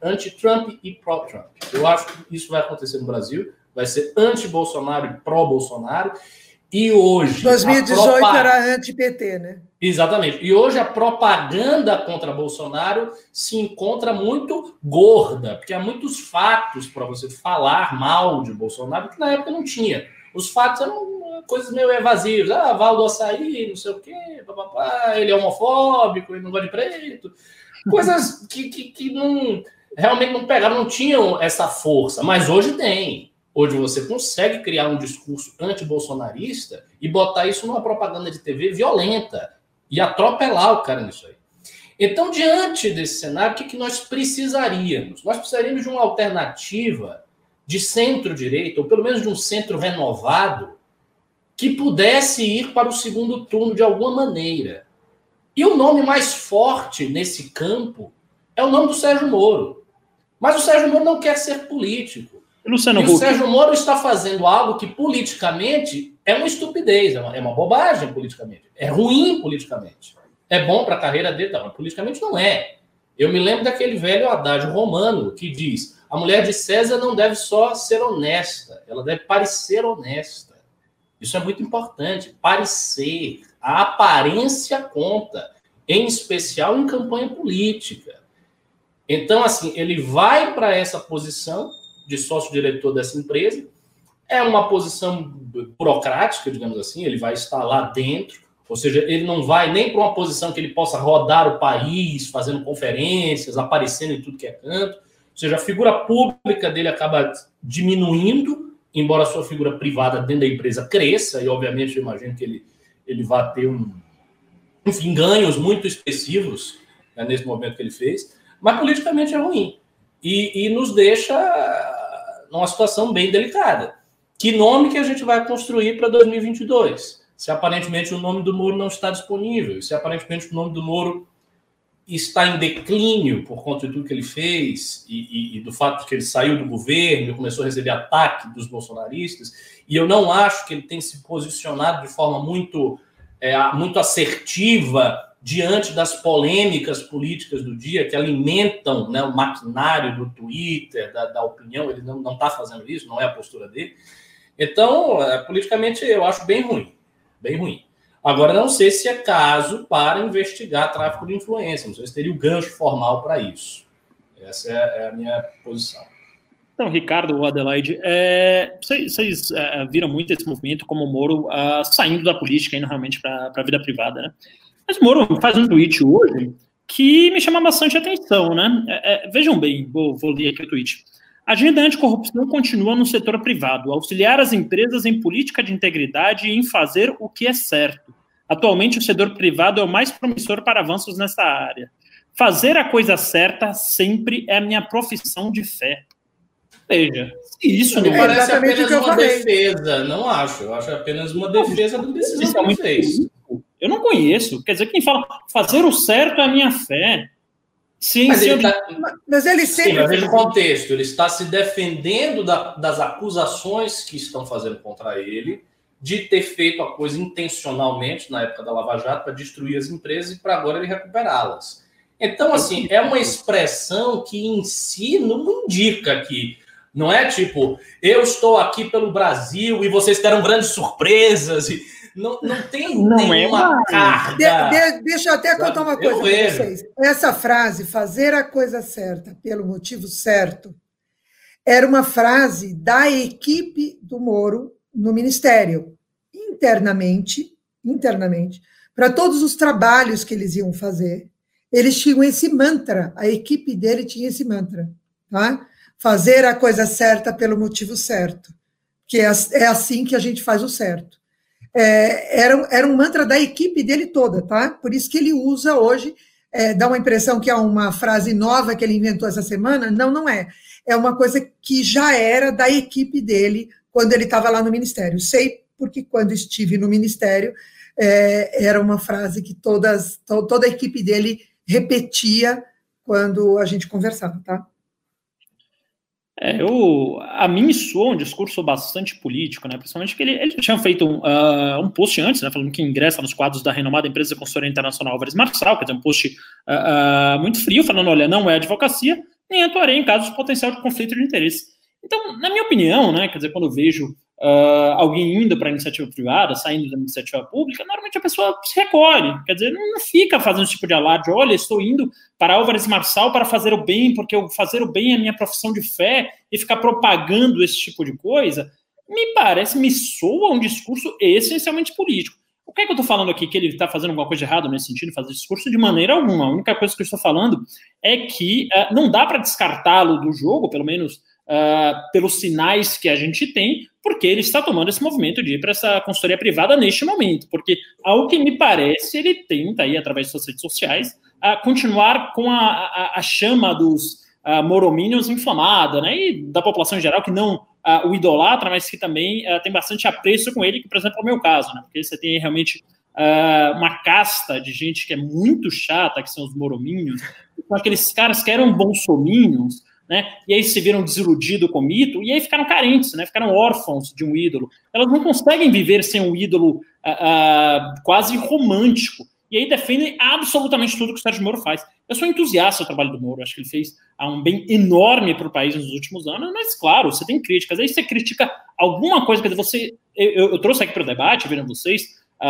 anti-Trump e pró-Trump. Eu acho que isso vai acontecer no Brasil, vai ser anti-Bolsonaro e pró-Bolsonaro. E hoje... dois mil e dezoito propag... era anti-P T, né? Exatamente. E hoje a propaganda contra Bolsonaro se encontra muito gorda, porque há muitos fatos para você falar mal de Bolsonaro que na época não tinha. Os fatos eram coisas meio evasivas. Ah, Val do Açaí, não sei o quê, papapá, ele é homofóbico, ele não gosta de preto. Coisas que, que, que não, realmente não pegavam, não tinham essa força. Mas hoje tem. Hoje você consegue criar um discurso anti-bolsonarista e botar isso numa propaganda de T V violenta e atropelar o cara nisso aí. Então, diante desse cenário, o que, que nós precisaríamos? Nós precisaríamos de uma alternativa de centro-direita, ou pelo menos de um centro renovado, que pudesse ir para o segundo turno de alguma maneira. E o nome mais forte nesse campo é o nome do Sérgio Moro. Mas o Sérgio Moro não quer ser político. Luciano e o Sérgio Moro está fazendo algo que politicamente é uma estupidez, é uma, é uma bobagem politicamente, é ruim politicamente. É bom para a carreira dele, não, mas politicamente não é. Eu me lembro daquele velho adágio romano que diz: a mulher de César não deve só ser honesta, ela deve parecer honesta. Isso é muito importante, parecer. A aparência conta, em especial em campanha política. Então, assim, ele vai para essa posição de sócio-diretor dessa empresa, é uma posição burocrática, digamos assim, ele vai estar lá dentro, ou seja, ele não vai nem para uma posição que ele possa rodar o país, fazendo conferências, aparecendo em tudo que é canto, ou seja, a figura pública dele acaba diminuindo, embora a sua figura privada dentro da empresa cresça, e obviamente eu imagino que ele, ele vai ter um, enfim, ganhos muito expressivos, né, nesse movimento que ele fez, mas politicamente é ruim, e, e nos deixa numa situação bem delicada. Que nome que a gente vai construir para dois mil e vinte e dois? Se aparentemente o nome do Moro não está disponível, se aparentemente o nome do Moro está em declínio por conta de tudo que ele fez e, e, e do fato de que ele saiu do governo e começou a receber ataque dos bolsonaristas, e eu não acho que ele tenha se posicionado de forma muito, é, muito assertiva diante das polêmicas políticas do dia que alimentam, né, o maquinário do Twitter, da, da opinião. Ele não está fazendo isso, não é a postura dele. Então, é, politicamente, eu acho bem ruim, bem ruim. Agora, não sei se é caso para investigar tráfico de influência, não sei se teria o gancho formal para isso. Essa é, é a minha posição. Então, Ricardo ou Adelaide, é, vocês, vocês é, viram muito esse movimento como o Moro uh, saindo da política, indo realmente para a vida privada, né? Mas o Moro faz um tweet hoje que me chama bastante atenção, né? É, é, vejam bem, vou, vou ler aqui o tweet. A agenda anticorrupção continua no setor privado, auxiliar as empresas em política de integridade e em fazer o que é certo. Atualmente, o setor privado é o mais promissor para avanços nessa área. Fazer a coisa certa sempre é a minha profissão de fé. Veja, se isso não não parece apenas uma defesa, não acho. Eu acho apenas uma defesa da decisão que ele fez. Eu não conheço. Quer dizer, quem fala fazer o certo é a minha fé. Sim, mas, sim, ele tá... mas ele sempre... Sim, mas veja o contexto. Ele está se defendendo da, das acusações que estão fazendo contra ele de ter feito a coisa intencionalmente na época da Lava Jato para destruir as empresas e para agora ele recuperá-las. Então, assim, é uma expressão que em si não indica que não é tipo, eu estou aqui pelo Brasil e vocês terão grandes surpresas e... Não, não tem não nenhuma é uma... carga. De, de, deixa eu até contar uma coisa para vocês. Essa frase, fazer a coisa certa pelo motivo certo, era uma frase da equipe do Moro no Ministério, internamente, internamente, para todos os trabalhos que eles iam fazer. Eles tinham esse mantra, a equipe dele tinha esse mantra, tá? Fazer a coisa certa pelo motivo certo, que é, é assim que a gente faz o certo. É, era, era um mantra da equipe dele toda, tá? Por isso que ele usa hoje, é, dá uma impressão que é uma frase nova que ele inventou essa semana. Não, não é. É uma coisa que já era da equipe dele quando ele estava lá no Ministério. Sei porque quando estive no Ministério, é, era uma frase que todas, to, toda a equipe dele repetia quando a gente conversava, tá? É, eu, a mim soou um discurso bastante político, né? Principalmente que ele, ele tinha feito um, uh, um post antes, né? Falando que ingressa nos quadros da renomada empresa de consultoria internacional Álvares Marçal, quer dizer, um post uh, uh, muito frio, falando, olha, não é advocacia, nem atuarei em casos de potencial de conflito de interesse. Então, na minha opinião, né, quer dizer, quando eu vejo uh, alguém indo para a iniciativa privada, saindo da iniciativa pública, normalmente a pessoa se recolhe, quer dizer, não fica fazendo esse tipo de alarde, olha, estou indo para Álvares Marçal para fazer o bem, porque eu fazer o bem é minha profissão de fé, e ficar propagando esse tipo de coisa, me parece, me soa um discurso essencialmente político. O que é que eu estou falando aqui? Que ele está fazendo alguma coisa de errado nesse sentido, fazer discurso? De maneira alguma. A única coisa que eu estou falando é que uh, não dá para descartá-lo do jogo, pelo menos Uh, pelos sinais que a gente tem, porque ele está tomando esse movimento de ir para essa consultoria privada neste momento, porque, ao que me parece, ele tenta, aí, através de suas redes sociais, uh, continuar com a, a, a chama dos uh, moromínios inflamada, né, e da população em geral, que não uh, o idolatra, mas que também uh, tem bastante apreço com ele, que, por exemplo, é o meu caso, né, porque você tem realmente uh, uma casta de gente que é muito chata, que são os moromínios, são aqueles caras que eram bolsomínios, né? E aí se viram desiludidos com o mito, e aí ficaram carentes, né? Ficaram órfãos de um ídolo. Elas não conseguem viver sem um ídolo uh, uh, quase romântico, e aí defendem absolutamente tudo que o Sérgio Moro faz. Eu sou entusiasta do trabalho do Moro, acho que ele fez um bem enorme para o país nos últimos anos, mas, claro, você tem críticas. Aí você critica alguma coisa, quer dizer, você... Eu, eu trouxe aqui para o debate, vendo vocês,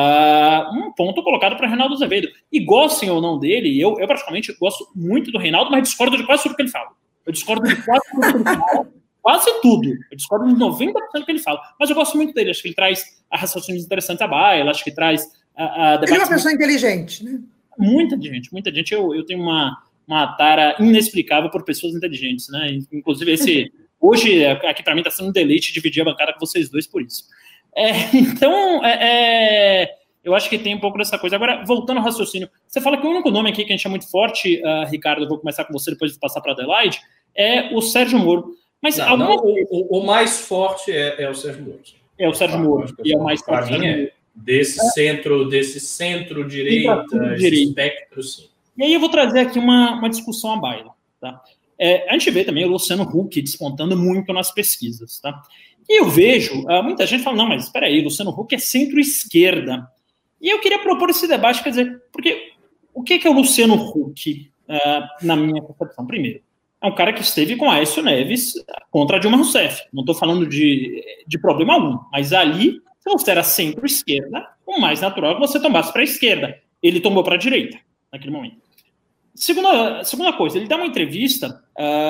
uh, um ponto colocado para Reinaldo Azevedo. E gostem ou não dele, eu, eu praticamente gosto muito do Reinaldo, mas discordo de quase tudo que ele fala. Eu discordo de quase tudo que ele fala, quase tudo. Eu discordo de noventa por cento do que ele fala. Mas eu gosto muito dele. Acho que ele traz raciocínios interessantes à baila, acho que traz... Uh, uh, ele é uma pessoa muito... inteligente, né? Muita gente, muita gente. Eu, eu tenho uma, uma tara inexplicável por pessoas inteligentes, né? Inclusive, esse... Hoje, aqui para mim, está sendo um deleite dividir a bancada com vocês dois por isso. É, então, é, é, eu acho que tem um pouco dessa coisa. Agora, voltando ao raciocínio, você fala que o único nome aqui que a gente é muito forte, uh, Ricardo, eu vou começar com você, depois de passar para a Adelaide, é o Sérgio Moro. Mas não, alguma... não, o, o mais forte é, é o Sérgio Moro. É o Sérgio Moro, que é o mais forte. Para mim, é desse é. centro, desse centro-direita, esse espectro, sim. E aí eu vou trazer aqui uma, uma discussão à baila, tá? É, a gente vê também o Luciano Huck despontando muito nas pesquisas, tá? E eu vejo, uh, muita gente fala, não, mas espera aí, Luciano Huck é centro-esquerda. E eu queria propor esse debate, quer dizer, porque o que é, que é o Luciano Huck, uh, na minha concepção? Primeiro, é um cara que esteve com Aécio Neves contra Dilma Rousseff. Não estou falando de, de problema algum, mas ali, se você era centro-esquerda, o mais natural é que você tomasse para a esquerda. Ele tomou para a direita, naquele momento. Segunda, segunda coisa, ele dá uma entrevista,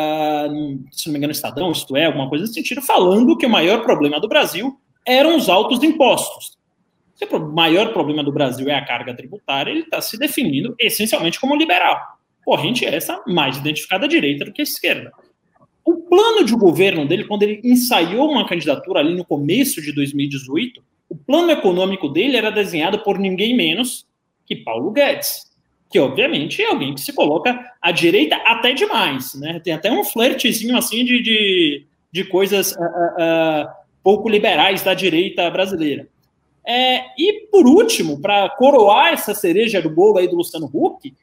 uh, se não me engano, no Estadão, isto é, alguma coisa nesse sentido, falando que o maior problema do Brasil eram os altos impostos. Se o maior problema do Brasil é a carga tributária, ele está se definindo essencialmente como liberal. Corrente essa mais identificada à direita do que à esquerda. O plano de governo dele, quando ele ensaiou uma candidatura ali no começo de dois mil e dezoito, o plano econômico dele era desenhado por ninguém menos que Paulo Guedes, que obviamente é alguém que se coloca à direita até demais, né? Tem até um flertezinho assim de, de, de coisas uh, uh, pouco liberais da direita brasileira. É, e por último, para coroar essa cereja do bolo aí do Luciano Huck,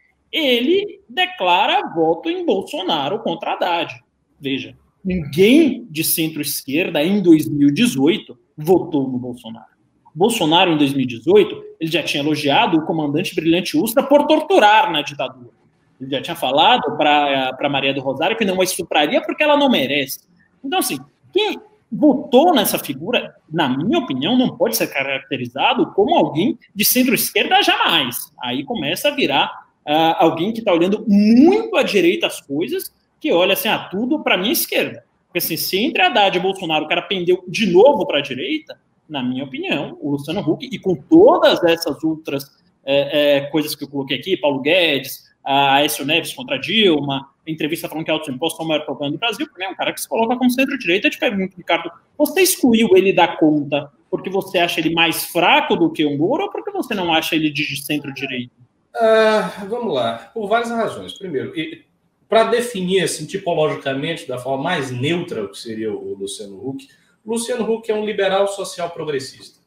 ele declara voto em Bolsonaro contra Haddad. Veja, ninguém de centro-esquerda em dois mil e dezoito votou no Bolsonaro. Bolsonaro, em dois mil e dezoito, ele já tinha elogiado o comandante Brilhante Ustra por torturar na ditadura. Ele já tinha falado para Maria do Rosário que não a estupraria porque ela não merece. Então, assim, quem votou nessa figura, na minha opinião, não pode ser caracterizado como alguém de centro-esquerda jamais. Aí começa a virar Uh, alguém que está olhando muito à direita as coisas, que olha assim, ah, tudo para mim é esquerda. Porque assim, se entre Haddad e Bolsonaro o cara pendeu de novo para a direita, na minha opinião, o Luciano Huck, e com todas essas outras é, é, coisas que eu coloquei aqui, Paulo Guedes, a Aécio Neves contra Dilma, entrevista falando que altos impostos são o maior problema do Brasil, porque é um cara que se coloca como centro-direita. Eu te pergunto, Ricardo, você excluiu ele da conta porque você acha ele mais fraco do que o Moro ou porque você não acha ele de centro-direita? Uh, vamos lá, por várias razões. Primeiro, para definir assim, tipologicamente, da forma mais neutra o que seria o Luciano Huck, o Luciano Huck é um liberal social progressista.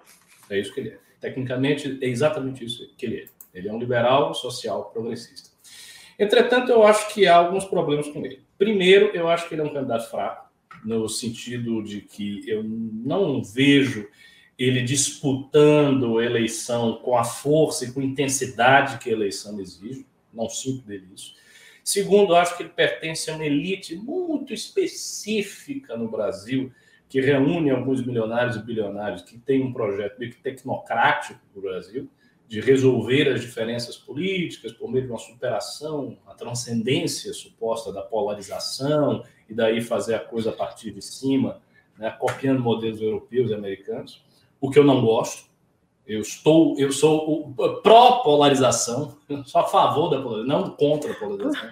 É isso que ele é. Tecnicamente, é exatamente isso que ele é. Ele é um liberal social progressista. Entretanto, eu acho que há alguns problemas com ele. Primeiro, eu acho que ele é um candidato fraco, no sentido de que eu não vejo ele disputando a eleição com a força e com a intensidade que a eleição exige. Não sinto dele isso. Segundo, acho que ele pertence a uma elite muito específica no Brasil, que reúne alguns milionários e bilionários que tem um projeto meio que tecnocrático no Brasil, de resolver as diferenças políticas por meio de uma superação, a transcendência suposta da polarização, e daí fazer a coisa a partir de cima, né, copiando modelos europeus e americanos, o que eu não gosto. Eu, estou, eu sou o pró-polarização, sou a favor da polarização, não contra a polarização.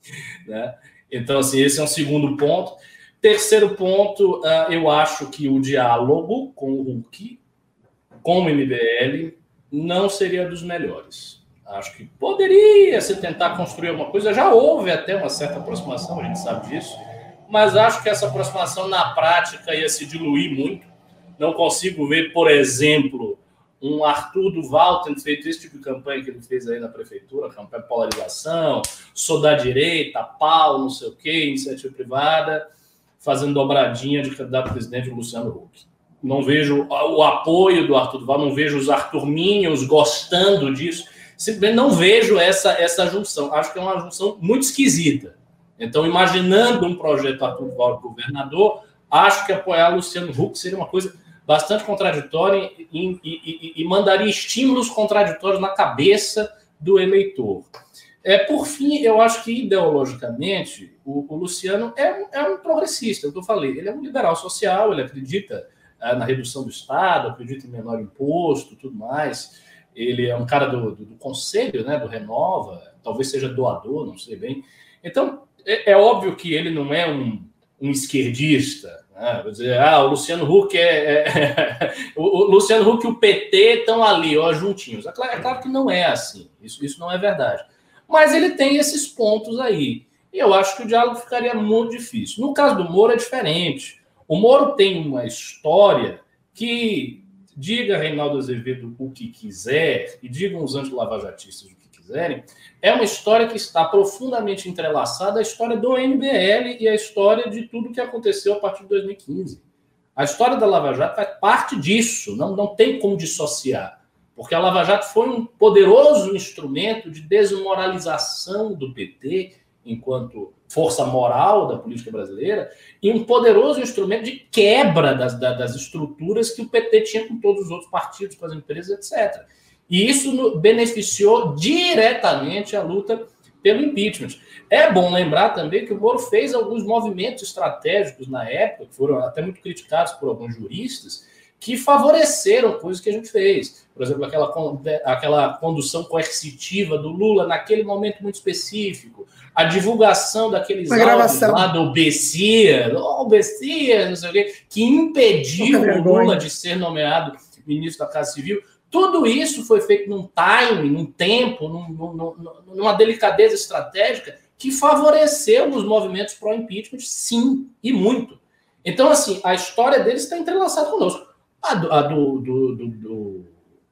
Né? Então, assim, esse é um segundo ponto. Terceiro ponto, uh, eu acho que o diálogo com o Huck, com o M B L, não seria dos melhores. Acho que poderia se tentar construir alguma coisa. Já houve até uma certa aproximação, a gente sabe disso, mas acho que essa aproximação, na prática, ia se diluir muito. Não consigo ver, por exemplo, um Arthur Duval tendo feito esse tipo de campanha que ele fez aí na prefeitura, campanha de polarização, sou da direita, pau, não sei o quê, iniciativa privada, fazendo dobradinha de candidato a presidente do Luciano Huck. Não vejo o apoio do Arthur Duval, não vejo os Arthurminhos gostando disso, simplesmente não vejo essa, essa junção. Acho que é uma junção muito esquisita. Então, imaginando um projeto Arthur Duval governador, acho que apoiar Luciano Huck seria uma coisa bastante contraditória e, e, e, e mandaria estímulos contraditórios na cabeça do eleitor. É, por fim, eu acho que ideologicamente o, o Luciano é um, é um progressista, é o que eu falei. Ele é um liberal social, ele acredita é, na redução do Estado, acredita em menor imposto, tudo mais. Ele é um cara do, do, do conselho, né, do Renova, talvez seja doador, não sei bem. Então, é, é óbvio que ele não é um, um esquerdista. Né? Vou dizer, ah, o Luciano Huck é... é o, o Luciano Huck e o P T estão ali, ó, juntinhos. É claro, é claro que não é assim, isso, isso não é verdade. Mas ele tem esses pontos aí. E eu acho que o diálogo ficaria muito difícil. No caso do Moro é diferente. O Moro tem uma história que, diga Reinaldo Azevedo o que quiser, e digam os anti-lavajatistas o que quiserem, é uma história que está profundamente entrelaçada à história do M B L e à história de tudo que aconteceu a partir de dois mil e quinze. A história da Lava Jato faz parte disso, não, não tem como dissociar. Porque a Lava Jato foi um poderoso instrumento de desmoralização do P T enquanto força moral da política brasileira e um poderoso instrumento de quebra das, das estruturas que o P T tinha com todos os outros partidos, com as empresas, etcétera. E isso beneficiou diretamente a luta pelo impeachment. É bom lembrar também que o Moro fez alguns movimentos estratégicos na época, que foram até muito criticados por alguns juristas, que favoreceram coisas que a gente fez. Por exemplo, aquela, aquela condução coercitiva do Lula naquele momento muito específico, a divulgação daqueles áudios lá do Bessia, oh, Bessia, não sei o quê, que impediu o Lula de ser nomeado ministro da Casa Civil. Tudo isso foi feito num time, num tempo, num, num, numa delicadeza estratégica que favoreceu os movimentos pró-impeachment, sim, e muito. Então, assim, a história deles está entrelaçada conosco. A do, a do, do, do, do,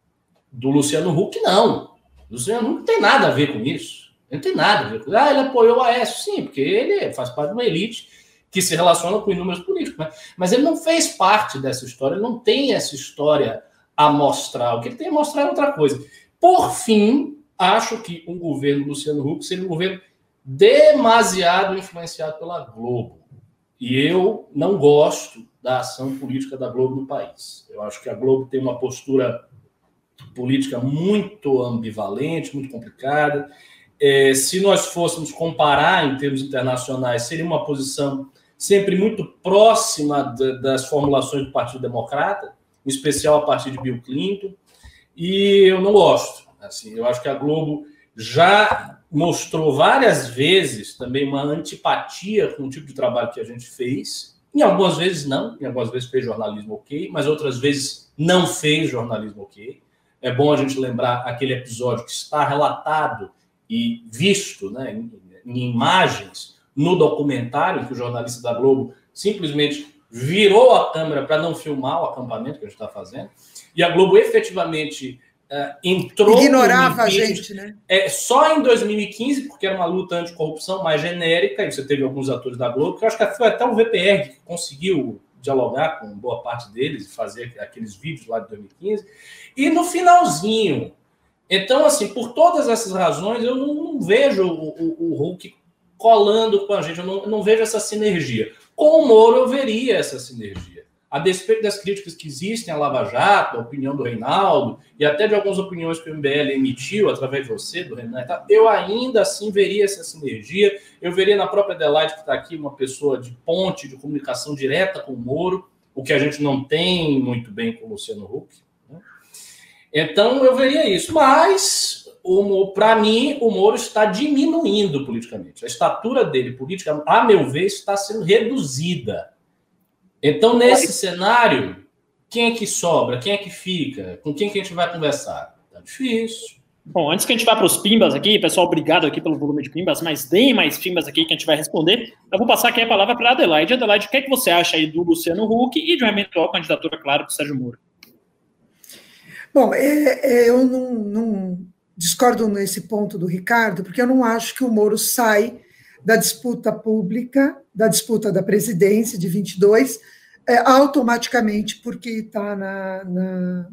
do Luciano Huck, não. O Luciano Huck não tem nada a ver com isso. Não tem nada a ver com isso. Ah, ele apoiou o Aécio, sim, porque ele faz parte de uma elite que se relaciona com inúmeros políticos. Mas, mas ele não fez parte dessa história, ele não tem essa história a mostrar. O que ele tem a mostrar é outra coisa. Por fim, acho que um governo Luciano Huck seria um governo demasiado influenciado pela Globo. E eu não gosto da ação política da Globo no país. Eu acho que a Globo tem uma postura política muito ambivalente, muito complicada. É, se nós fôssemos comparar em termos internacionais, seria uma posição sempre muito próxima de, das formulações do Partido Democrata, em especial a partir de Bill Clinton, e eu não gosto. Assim, eu acho que a Globo já mostrou várias vezes também uma antipatia com o tipo de trabalho que a gente fez. Em algumas vezes não, em algumas vezes fez jornalismo ok, mas outras vezes não fez jornalismo ok. É bom a gente lembrar aquele episódio que está relatado e visto, né, em, em imagens no documentário, que o jornalista da Globo simplesmente virou a câmera para não filmar o acampamento que a gente está fazendo, e a Globo efetivamente uh, entrou... Ignorava a gente, né? É, só em dois mil e quinze, porque era uma luta anticorrupção mais genérica, e você teve alguns atores da Globo, que eu acho que foi até o V P R que conseguiu dialogar com boa parte deles e fazer aqueles vídeos lá de dois mil e quinze, e no finalzinho. Então, assim, por todas essas razões, eu não, não vejo o, o, o Huck colando com a gente, eu não, eu não vejo essa sinergia. Com o Moro eu veria essa sinergia. A despeito das críticas que existem à Lava Jato, a opinião do Reinaldo, e até de algumas opiniões que o M B L emitiu através de você, do Renan, eu ainda assim veria essa sinergia, eu veria na própria Adelaide, que está aqui, uma pessoa de ponte, de comunicação direta com o Moro, o que a gente não tem muito bem com o Luciano Huck. Né? Então, eu veria isso. Mas, para mim, o Moro está diminuindo politicamente. A estatura dele política, a meu ver, está sendo reduzida. Então, nesse Mas... cenário, quem é que sobra? Quem é que fica? Com quem que a gente vai conversar? Tá difícil. Bom, antes que a gente vá para os pimbas aqui, pessoal, obrigado aqui pelo volume de pimbas, mas deem mais pimbas aqui que a gente vai responder. Eu vou passar aqui a palavra para a Adelaide. Adelaide, o que é que você acha aí do Luciano Huck e de uma eventual candidatura, claro, do Sérgio Moro? Bom, é, é, eu não, não discordo nesse ponto do Ricardo, porque eu não acho que o Moro sai da disputa pública, da disputa da presidência de vinte e dois, é, automaticamente porque está na, na,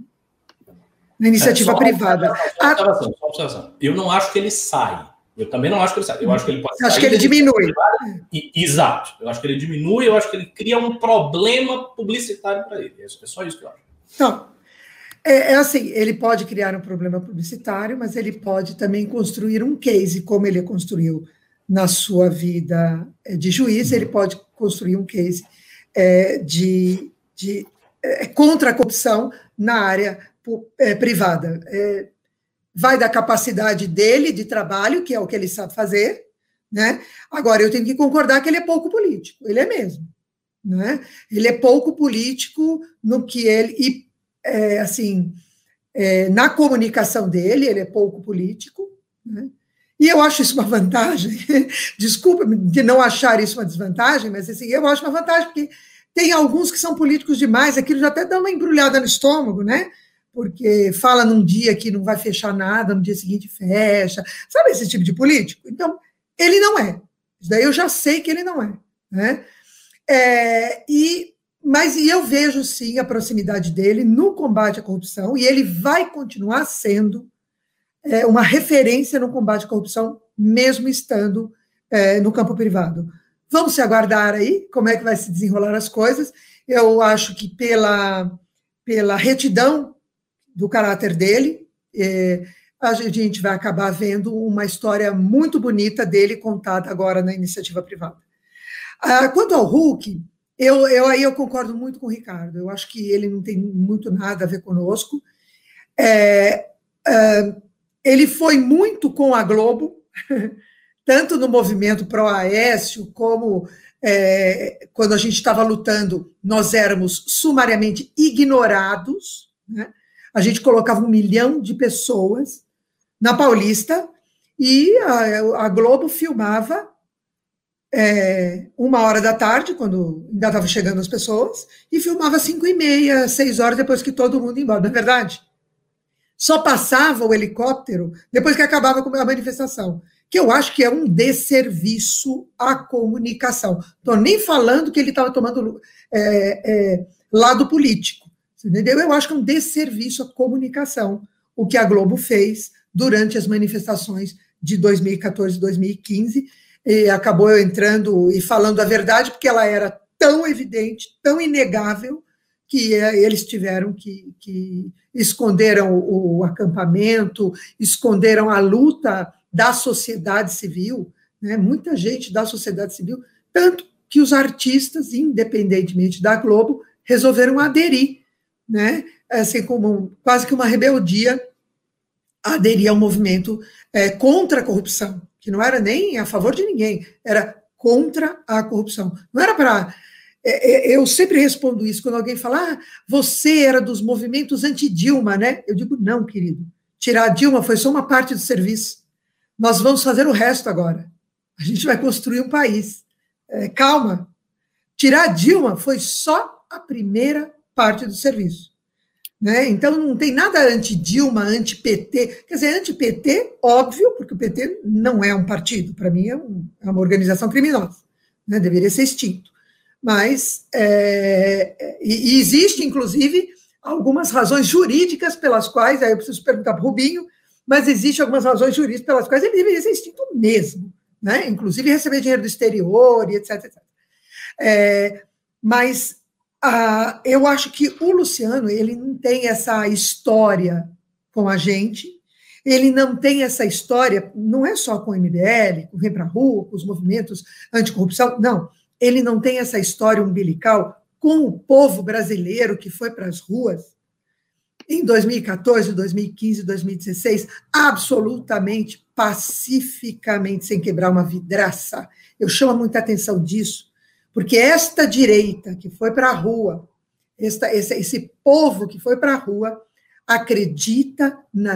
na iniciativa é, só privada. Só observação, só observação. Eu não acho que ele sai. Eu também não acho que ele sai. Eu acho que ele pode sair. Acho que ele diminui. E, exato. Eu acho que ele diminui, eu acho que ele cria um problema publicitário para ele. É só isso que eu acho. Então, é, é assim, ele pode criar um problema publicitário, mas ele pode também construir um case, como ele construiu na sua vida de juiz, ele pode construir um case é, de, de é, contra a corrupção na área é, privada. É, vai da capacidade dele de trabalho, que é o que ele sabe fazer, né? Agora, eu tenho que concordar que ele é pouco político, ele é mesmo, né? Ele é pouco político no que ele... E, é, assim, é, na comunicação dele, ele é pouco político, né? E eu acho isso uma vantagem, desculpa de não achar isso uma desvantagem, mas assim, eu acho uma vantagem, porque tem alguns que são políticos demais, aquilo já até dá uma embrulhada no estômago, né? Porque fala num dia que não vai fechar nada, no dia seguinte fecha, sabe esse tipo de político? Então, ele não é, isso daí eu já sei que ele não é, né? É, e, mas e eu vejo sim a proximidade dele no combate à corrupção, e ele vai continuar sendo é, uma referência no combate à corrupção, mesmo estando é, no campo privado. Vamos se aguardar aí, como é que vai se desenrolar as coisas. Eu acho que pela, pela retidão do caráter dele, é, a gente vai acabar vendo uma história muito bonita dele contada agora na iniciativa privada. Ah, quanto ao Huck, eu, eu, aí eu concordo muito com o Ricardo, eu acho que ele não tem muito nada a ver conosco. É, é, ele foi muito com a Globo, tanto no movimento pró-Aécio, como é, quando a gente estava lutando, nós éramos sumariamente ignorados, né? A gente colocava um milhão de pessoas na Paulista e a, a Globo filmava é, uma hora da tarde, quando ainda estava chegando as pessoas, e filmava cinco e meia, seis horas depois que todo mundo ia embora, não é verdade? Só passava o helicóptero depois que acabava a manifestação, que eu acho que é um desserviço à comunicação. Estou nem falando que ele estava tomando é, é, lado político, entendeu? Eu acho que é um desserviço à comunicação o que a Globo fez durante as manifestações de dois mil e quatorze e dois mil e quinze, e acabou entrando e falando a verdade, porque ela era tão evidente, tão inegável, que eles tiveram que, que esconderam o, o acampamento, esconderam a luta da sociedade civil, né? Muita gente da sociedade civil, tanto que os artistas, independentemente da Globo, resolveram aderir, né? Assim, como quase que uma rebeldia, aderir ao movimento é, contra a corrupção, que não era nem a favor de ninguém, era contra a corrupção. Não era para... É, eu sempre respondo isso, quando alguém fala, ah, você era dos movimentos anti-Dilma, né? Eu digo, não, querido, tirar a Dilma foi só uma parte do serviço. Nós vamos fazer o resto agora. A gente vai construir um país. É, calma. Tirar a Dilma foi só a primeira parte do serviço. Né? Então, não tem nada anti-Dilma, anti-P T. Quer dizer, anti-P T, óbvio, porque o P T não é um partido. Para mim, é, um, é uma organização criminosa. Né? Deveria ser extinto. Mas, é, e, e existe, inclusive, algumas razões jurídicas pelas quais, aí eu preciso perguntar para o Rubinho, mas existem algumas razões jurídicas pelas quais ele deveria ser extinto mesmo, né? Inclusive receber dinheiro do exterior e etc, etcétera. É, mas ah, eu acho que o Luciano, ele não tem essa história com a gente, ele não tem essa história, não é só com o M B L, com o Vem Pra Rua, com os movimentos anticorrupção, não, ele não tem essa história umbilical com o povo brasileiro que foi para as ruas em dois mil e quatorze, dois mil e quinze, dois mil e dezesseis, absolutamente, pacificamente, sem quebrar uma vidraça. Eu chamo muita atenção disso, porque esta direita que foi para a rua, esta, esse, esse povo que foi para a rua, acredita na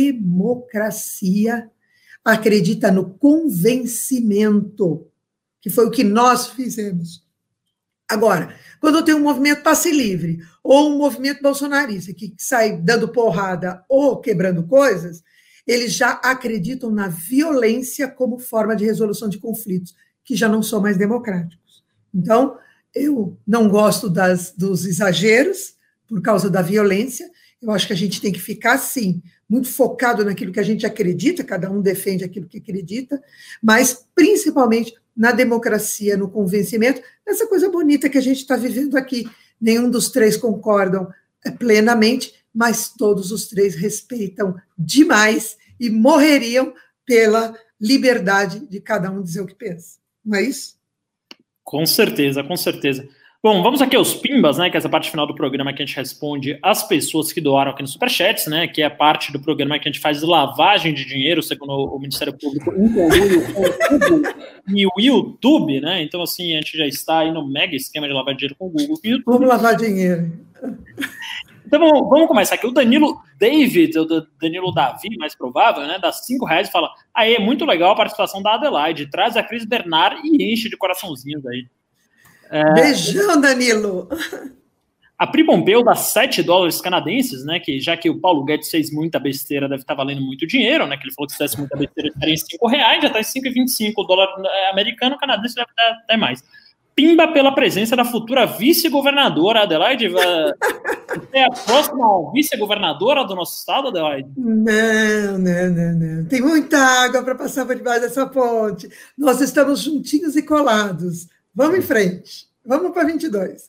democracia, acredita no convencimento, que foi o que nós fizemos. Agora, quando eu tenho um movimento passe livre, ou um movimento bolsonarista, que sai dando porrada ou quebrando coisas, eles já acreditam na violência como forma de resolução de conflitos, que já não são mais democráticos. Então, eu não gosto das, dos exageros, por causa da violência. Eu acho que a gente tem que ficar, sim, muito focado naquilo que a gente acredita, cada um defende aquilo que acredita, mas principalmente na democracia, no convencimento, nessa coisa bonita que a gente está vivendo aqui. Nenhum dos três concordam plenamente, mas todos os três respeitam demais e morreriam pela liberdade de cada um dizer o que pensa. Não é isso? Com certeza, com certeza. Bom, vamos aqui aos pimbas, né, que é essa parte final do programa que a gente responde às pessoas que doaram aqui no Superchats, né, que é a parte do programa que a gente faz lavagem de dinheiro, segundo o Ministério Público, em conluio com o Google e o YouTube, né, então assim, a gente já está aí no mega esquema de lavar dinheiro com o Google e o YouTube. Vamos lavar dinheiro. Então vamos, vamos começar aqui. O Danilo David, o Danilo Davi, mais provável, né, dá cinco reais e fala: aí, é muito legal a participação da Adelaide, traz a Cris Bernard e enche de coraçãozinhos aí. É, beijão, Danilo! A Pri Pompeu dá sete dólares canadenses, né, que já que o Paulo Guedes fez muita besteira, deve estar valendo muito dinheiro, né, que ele falou que se fizesse muita besteira estaria em cinco reais, já está em cinco e vinte e cinco, o dólar americano, o canadense deve estar até mais. Pimba pela presença da futura vice-governadora, Adelaide. Você é a próxima vice-governadora do nosso estado, Adelaide? Não, não, não, não. Tem muita água para passar por debaixo dessa ponte. Nós estamos juntinhos e colados. Vamos em frente. Vamos para vinte e dois.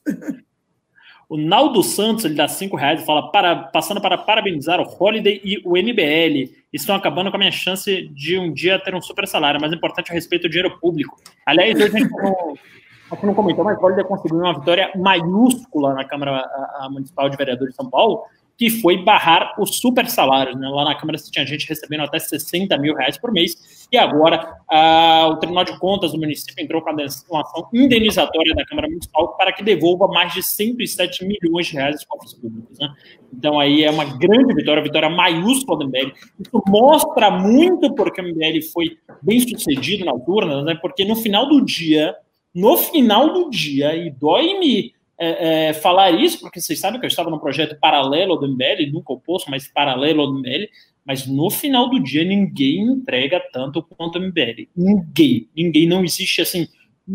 O Naldo Santos, ele dá cinco reais e fala: para, passando para parabenizar o Holiday e o M B L. Estão acabando com a minha chance de um dia ter um super salário. Mas é importante o respeito ao dinheiro público. Aliás, hoje a gente não... Aqui não comentou, mas o Holiday conseguiu uma vitória maiúscula na Câmara a, a Municipal de Vereadores de São Paulo, que foi barrar os super salários, né? Lá na Câmara você tinha gente recebendo até sessenta mil reais por mês, e agora ah, o Tribunal de Contas do município entrou com uma ação indenizatória da Câmara Municipal para que devolva mais de cento e sete milhões de reais aos cofres públicos, né? Então aí é uma grande vitória, vitória maiúscula do M B L. Isso mostra muito porque o M B L foi bem sucedido nas urnas, né? Porque no final do dia, no final do dia, e dói-me É, é, falar isso, porque vocês sabem que eu estava num projeto paralelo do M B L, nunca oposto, mas paralelo ao M B L, mas no final do dia ninguém entrega tanto quanto o M B L. Ninguém, ninguém, não existe assim,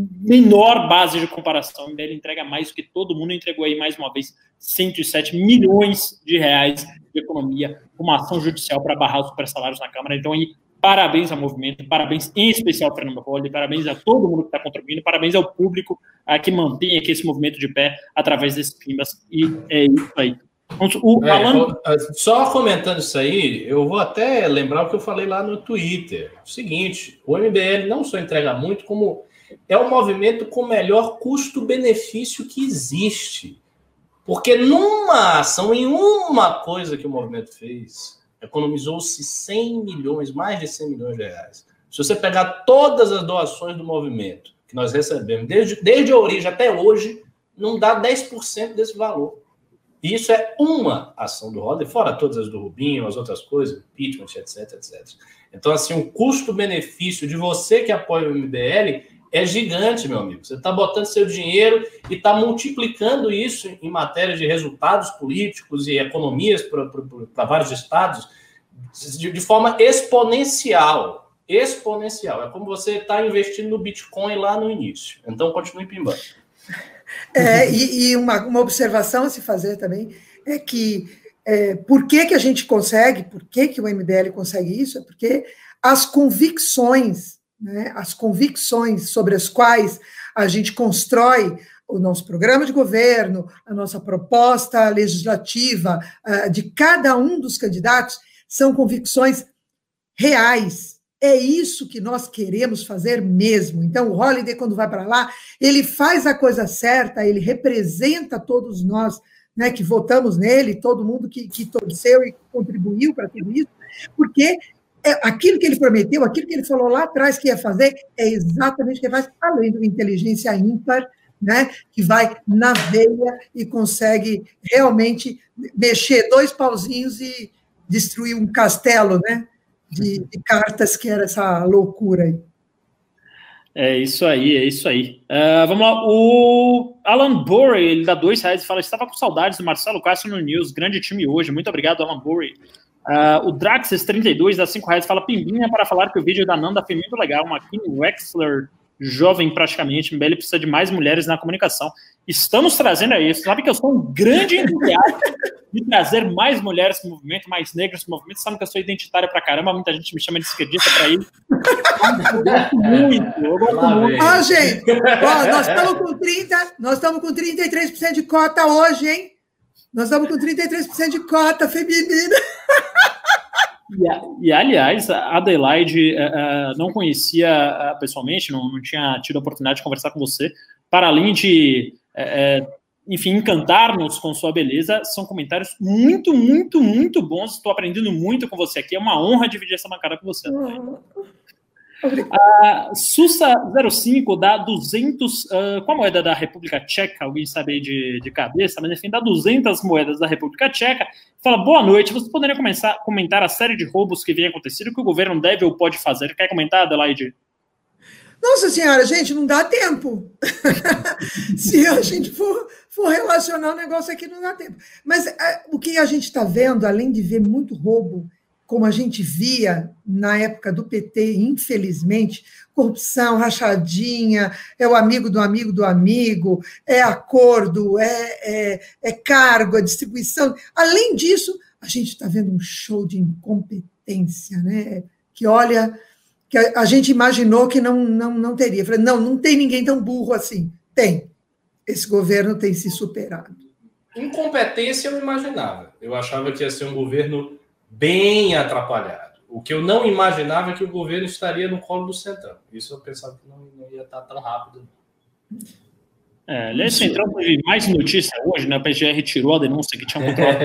menor base de comparação. O M B L entrega mais do que todo mundo, entregou aí mais uma vez cento e sete milhões de reais de economia, uma ação judicial para barrar os super salários na Câmara. Então aí, parabéns ao movimento, parabéns em especial ao Fernando Holliday, parabéns a todo mundo que está contribuindo, parabéns ao público a, que mantém aqui esse movimento de pé através desses pimbas, e é isso aí. O é, Alan... Só comentando isso aí, eu vou até lembrar o que eu falei lá no Twitter. O seguinte, o M B L não só entrega muito, como é o movimento com o melhor custo-benefício que existe. Porque numa ação, em uma coisa que o movimento fez, economizou-se cem milhões, mais de cem milhões de reais. Se você pegar todas as doações do movimento que nós recebemos, desde, desde a origem até hoje, não dá dez por cento desse valor. E isso é uma ação do Holiday, fora todas as do Rubinho, as outras coisas, impeachment, etc, etcétera. Então, assim, o custo-benefício de você que apoia o M B L é gigante, meu amigo. Você está botando seu dinheiro e está multiplicando isso em matéria de resultados políticos e economias para vários estados de, de forma exponencial. Exponencial. É como você está investindo no Bitcoin lá no início. Então, continue pimbando. É, e, e uma, uma observação a se fazer também é que é, por que, que a gente consegue, por que, que o M B L consegue isso? É porque as convicções né, as convicções sobre as quais a gente constrói o nosso programa de governo, a nossa proposta legislativa uh, de cada um dos candidatos, são convicções reais. É isso que nós queremos fazer mesmo. Então, o Holliday, quando vai para lá, ele faz a coisa certa, ele representa todos nós, né, que votamos nele, todo mundo que, que torceu e contribuiu para tudo isso, porque é, aquilo que ele prometeu, aquilo que ele falou lá atrás que ia fazer, é exatamente o que ele faz, além da inteligência ímpar, né, que vai na veia e consegue realmente mexer dois pauzinhos e destruir um castelo, né, de, de cartas, que era essa loucura aí. É isso aí, é isso aí. Uh, vamos lá, o Alan Burry, ele dá dois reais e fala, estava com saudades do Marcelo Castro no News, grande time hoje, muito obrigado, Alan Burry. Uh, o Draxes trinta e dois dá cinco reais e fala, pimbinha para falar que o vídeo da Nanda foi muito legal, uma Kim Wexler jovem praticamente, ele precisa de mais mulheres na comunicação. Estamos trazendo aí, sabe que eu sou um grande entusiasta de trazer mais mulheres para o movimento, mais negros para o movimento, sabe que eu sou identitária pra caramba, muita gente me chama de esquerdista para isso. Eu gosto muito, eu gosto muito. Ó, gente, ó, nós estamos com trinta, nós estamos com trinta e três por cento de cota hoje, hein? Nós estamos com trinta e três por cento de cota feminina. E, e, aliás, a Adelaide uh, não conhecia uh, pessoalmente, não, não tinha tido a oportunidade de conversar com você, para além de, uh, enfim, encantar-nos com sua beleza, são comentários muito, muito, muito bons, estou aprendendo muito com você aqui, é uma honra dividir essa bancada com você. Uhum. Uh, Sussa zero cinco dá duzentos, uh, com a moeda da República Tcheca, alguém sabe aí de, de cabeça, mas enfim, dá duzentas moedas da República Tcheca, fala, boa noite, você poderia começar a comentar a série de roubos que vem acontecendo, que o governo deve ou pode fazer? Quer comentar, Adelaide? Nossa senhora, gente, não dá tempo. Se a gente for, for relacionar o negócio aqui, não dá tempo. Mas uh, o que a gente está vendo, além de ver muito roubo, como a gente via na época do P T, infelizmente, corrupção, rachadinha, é o amigo do amigo do amigo, é acordo, é, é, é cargo, é distribuição. Além disso, a gente está vendo um show de incompetência, né? Que, olha, que a, a gente imaginou que não, não, não teria. Falei, não, não tem ninguém tão burro assim. Tem. Esse governo tem se superado. Incompetência eu imaginava. Eu achava que ia ser um governo bem atrapalhado. O que eu não imaginava é que o governo estaria no colo do Centrão. Isso eu pensava que não, não ia estar tão rápido. É, aliás, Centrão teve mais notícia hoje, né? A P G R tirou a denúncia que tinha controlado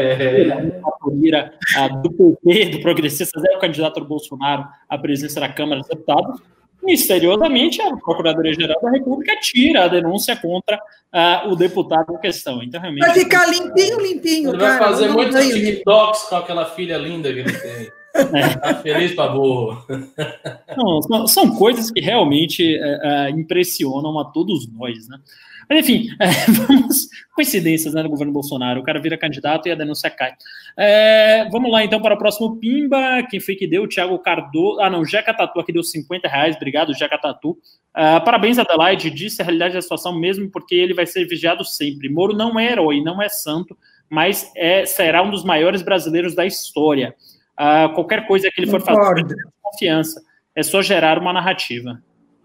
a do P T, do Progressistas, é o candidato do Bolsonaro à presidência da Câmara dos Deputados. Misteriosamente, a Procuradoria-Geral da República tira a denúncia contra uh, o deputado em questão. Então, realmente, vai ficar limpinho, limpinho, ele cara. Vai fazer muitos TikToks com aquela filha linda que ele tem. É. Tá feliz pra boa. Não, são, são coisas que realmente uh, uh, impressionam a todos nós, né? Mas, enfim, é, vamos... Coincidências, né, no governo Bolsonaro. O cara vira candidato e a denúncia cai. É, vamos lá, então, para o próximo Pimba. Quem foi que deu? O Thiago Cardoso. Ah, não, o Jeca Tatu aqui deu cinquenta reais. Obrigado, Jeca Tatu. Uh, parabéns, Adelaide. Disse a realidade da situação mesmo, porque ele vai ser vigiado sempre. Moro não é herói, não é santo, mas é, será um dos maiores brasileiros da história. Uh, qualquer coisa que ele for fazer, tem confiança. É só gerar uma narrativa.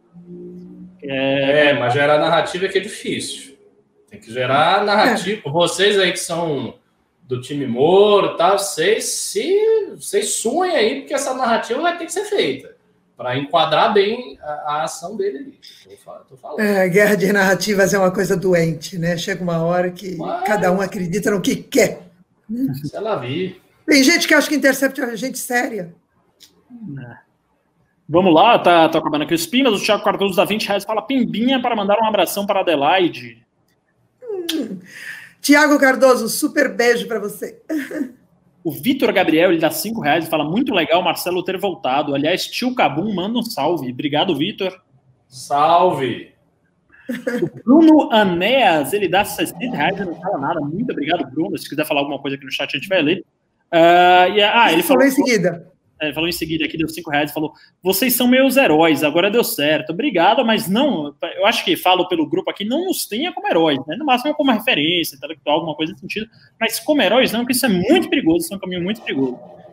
É, é, mas gerar narrativa é que é difícil. Tem que gerar narrativa. É. Vocês aí que são do time Moro, tá? Vocês se vocês suem aí, porque essa narrativa vai ter que ser feita para enquadrar bem a, a ação dele ali. Tô, tô falando. É, guerra de narrativas é uma coisa doente, né? Chega uma hora que mas... cada um acredita no que quer. Se ela vir. Tem gente que acha que Intercept é gente séria. É. Vamos lá, tá, tá acabando aqui os pimbas. O Thiago Cardoso dá vinte reais, fala pimbinha para mandar um abração para a Adelaide. Hum. Tiago Cardoso, super beijo para você. O Vitor Gabriel, ele dá cinco reais e fala, muito legal Marcelo ter voltado. Aliás, tio Cabum manda um salve. Obrigado, Vitor. Salve. O Bruno Anéas, ele dá sessenta reais e não fala nada. Muito obrigado, Bruno. Se quiser falar alguma coisa aqui no chat, a gente vai ler. Uh, e, ah, ele falou, falou em seguida. É, falou em seguida aqui, deu cinco reais e falou, vocês são meus heróis, agora deu certo. Obrigado, mas não, eu acho que falo pelo grupo aqui, não nos tenha como heróis, né? No máximo como referência intelectual, alguma coisa nesse sentido, mas como heróis não, porque isso é muito perigoso, isso é um caminho muito perigoso.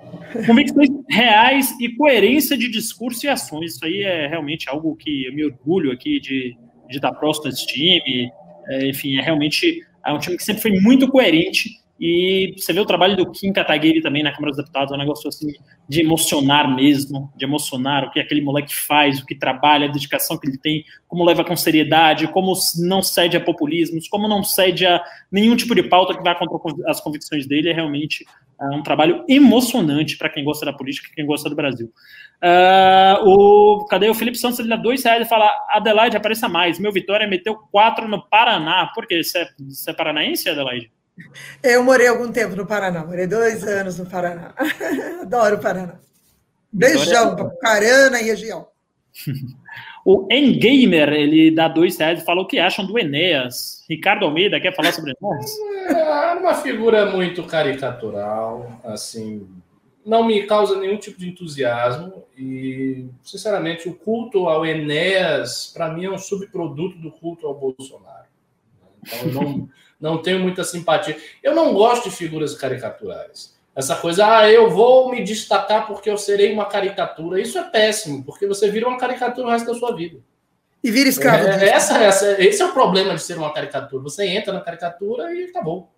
Convicções reais e coerência de discurso e ações. Isso aí é realmente algo que eu me orgulho aqui de, de estar próximo desse time. É, enfim, é realmente é um time que sempre foi muito coerente. E você vê o trabalho do Kim Kataguiri também na Câmara dos Deputados, é um negócio assim de emocionar mesmo, de emocionar o que aquele moleque faz, o que trabalha, a dedicação que ele tem, como leva com seriedade, como não cede a populismos, como não cede a nenhum tipo de pauta que vá contra as convicções dele. É realmente é um trabalho emocionante para quem gosta da política, quem gosta do Brasil. Uh, o, cadê o Felipe Santos? Ele dá dois reais e fala: Adelaide, apareça mais. Meu Vitória meteu quatro no Paraná. Por quê? Você é, você é paranaense, Adelaide? Eu morei algum tempo no Paraná, morei dois anos no Paraná. Adoro o Paraná. Beijão para Carana e região. O Engamer, ele dá dois reais e fala o que acham do Enéas. Ricardo Almeida, quer falar sobre Enéas? É uma figura muito caricatural, assim, não me causa nenhum tipo de entusiasmo e, sinceramente, o culto ao Enéas, para mim, é um subproduto do culto ao Bolsonaro. Então, eu não... não tenho muita simpatia. Eu não gosto de figuras caricaturais. Essa coisa, ah, eu vou me destacar porque eu serei uma caricatura. Isso é péssimo, porque você vira uma caricatura o resto da sua vida. E vira escravo. É, essa, essa, esse é o problema de ser uma caricatura. Você entra na caricatura e acabou.